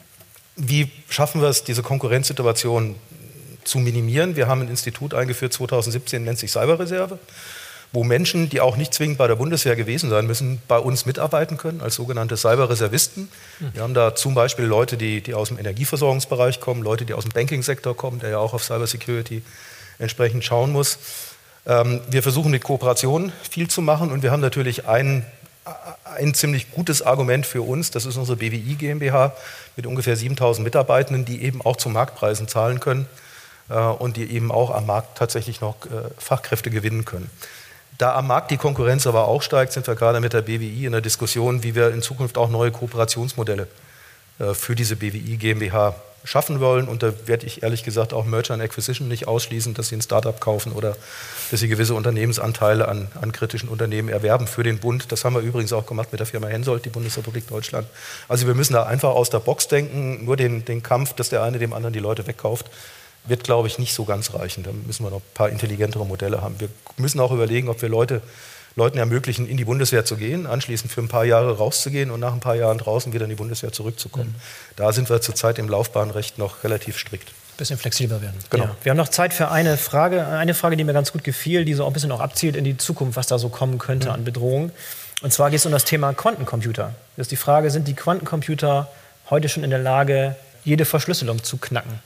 [SPEAKER 2] wie schaffen wir es, diese Konkurrenzsituation zu minimieren? Wir haben ein Institut eingeführt, zweitausendsiebzehn, nennt sich Cyberreserve, wo Menschen, die auch nicht zwingend bei der Bundeswehr gewesen sein müssen, bei uns mitarbeiten können als sogenannte Cyberreservisten. Wir haben da zum Beispiel Leute, die, die aus dem Energieversorgungsbereich kommen, Leute, die aus dem Banking-Sektor kommen, der ja auch auf Cybersecurity entsprechend schauen muss. Ähm, wir versuchen mit Kooperation viel zu machen und wir haben natürlich ein, ein ziemlich gutes Argument für uns, das ist unsere B W I GmbH mit ungefähr siebentausend Mitarbeitenden, die eben auch zu Marktpreisen zahlen können äh, und die eben auch am Markt tatsächlich noch äh, Fachkräfte gewinnen können. Da am Markt die Konkurrenz aber auch steigt, sind wir gerade mit der B W I in der Diskussion, wie wir in Zukunft auch neue Kooperationsmodelle äh, für diese B W I GmbH schaffen wollen. Und da werde ich ehrlich gesagt auch Merger and Acquisition nicht ausschließen, dass sie ein Startup kaufen oder dass sie gewisse Unternehmensanteile an, an kritischen Unternehmen erwerben für den Bund. Das haben wir übrigens auch gemacht mit der Firma Hensoldt, die Bundesrepublik Deutschland. Also wir müssen da einfach aus der Box denken. Nur den, den Kampf, dass der eine dem anderen die Leute wegkauft, wird, glaube ich, nicht so ganz reichen. Da müssen wir noch ein paar intelligentere Modelle haben. Wir müssen auch überlegen, ob wir Leute, Leuten ermöglichen, in die Bundeswehr zu gehen, anschließend für ein paar Jahre rauszugehen und nach ein paar Jahren draußen wieder in die Bundeswehr zurückzukommen. Mhm. Da sind wir zurzeit im Laufbahnrecht noch relativ strikt.
[SPEAKER 1] Ein bisschen flexibler werden.
[SPEAKER 2] Genau.
[SPEAKER 1] Ja. Wir haben noch Zeit für eine Frage, eine Frage, die mir ganz gut gefiel, die so auch ein bisschen auch abzielt in die Zukunft, was da so kommen könnte mhm. an Bedrohungen. Und zwar geht es um das Thema Quantencomputer. Das ist die Frage, sind die Quantencomputer heute schon in der Lage, jede Verschlüsselung zu knacken?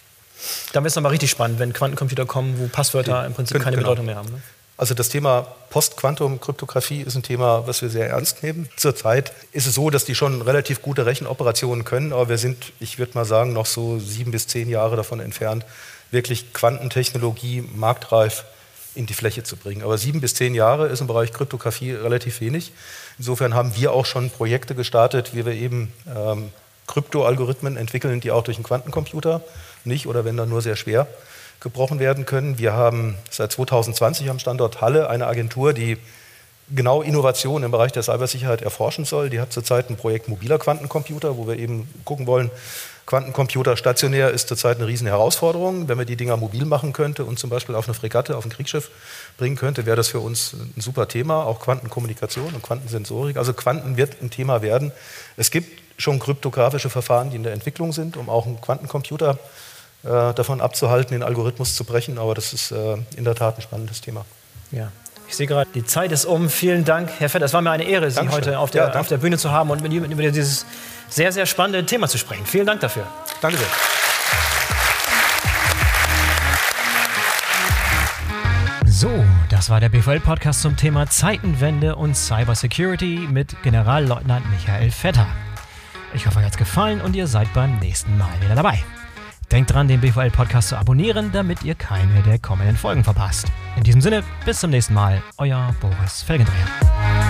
[SPEAKER 1] Dann wird es nochmal richtig spannend, wenn Quantencomputer kommen, wo Passwörter die, im Prinzip keine genau. Bedeutung mehr haben. Ne?
[SPEAKER 2] Also das Thema Post-Quantum-Kryptographie ist ein Thema, was wir sehr ernst nehmen. Zurzeit ist es so, dass die schon relativ gute Rechenoperationen können, aber wir sind, ich würde mal sagen, noch so sieben bis zehn Jahre davon entfernt, wirklich Quantentechnologie marktreif in die Fläche zu bringen. Aber sieben bis zehn Jahre ist im Bereich Kryptographie relativ wenig. Insofern haben wir auch schon Projekte gestartet, wie wir eben ähm, Kryptoalgorithmen entwickeln, die auch durch einen Quantencomputer nicht oder wenn dann nur sehr schwer gebrochen werden können. Wir haben seit zweitausendzwanzig am Standort Halle eine Agentur, die genau Innovationen im Bereich der Cybersicherheit erforschen soll. Die hat zurzeit ein Projekt mobiler Quantencomputer, wo wir eben gucken wollen, Quantencomputer stationär ist zurzeit eine riesen Herausforderung. Wenn man die Dinger mobil machen könnte und zum Beispiel auf eine Fregatte, auf ein Kriegsschiff bringen könnte, wäre das für uns ein super Thema. Auch Quantenkommunikation und Quantensensorik. Also Quanten wird ein Thema werden. Es gibt schon kryptografische Verfahren, die in der Entwicklung sind, um auch einen Quantencomputer äh, davon abzuhalten, den Algorithmus zu brechen. Aber das ist äh, in der Tat ein spannendes Thema.
[SPEAKER 1] Ja. Ich sehe gerade, die Zeit ist um. Vielen Dank, Herr Vetter. Es war mir eine Ehre, Sie Dankeschön. heute auf der, ja, auf der Bühne zu haben und mit Ihnen über dieses sehr, sehr spannende Thema zu sprechen. Vielen Dank dafür.
[SPEAKER 2] Danke sehr.
[SPEAKER 1] So, das war der B V L-Podcast zum Thema Zeitenwende und Cybersecurity mit Generalleutnant Michael Vetter. Ich hoffe, euch hat's gefallen und ihr seid beim nächsten Mal wieder dabei. Denkt dran, den B V L-Podcast zu abonnieren, damit ihr keine der kommenden Folgen verpasst. In diesem Sinne, bis zum nächsten Mal, euer Boris Felgendreher.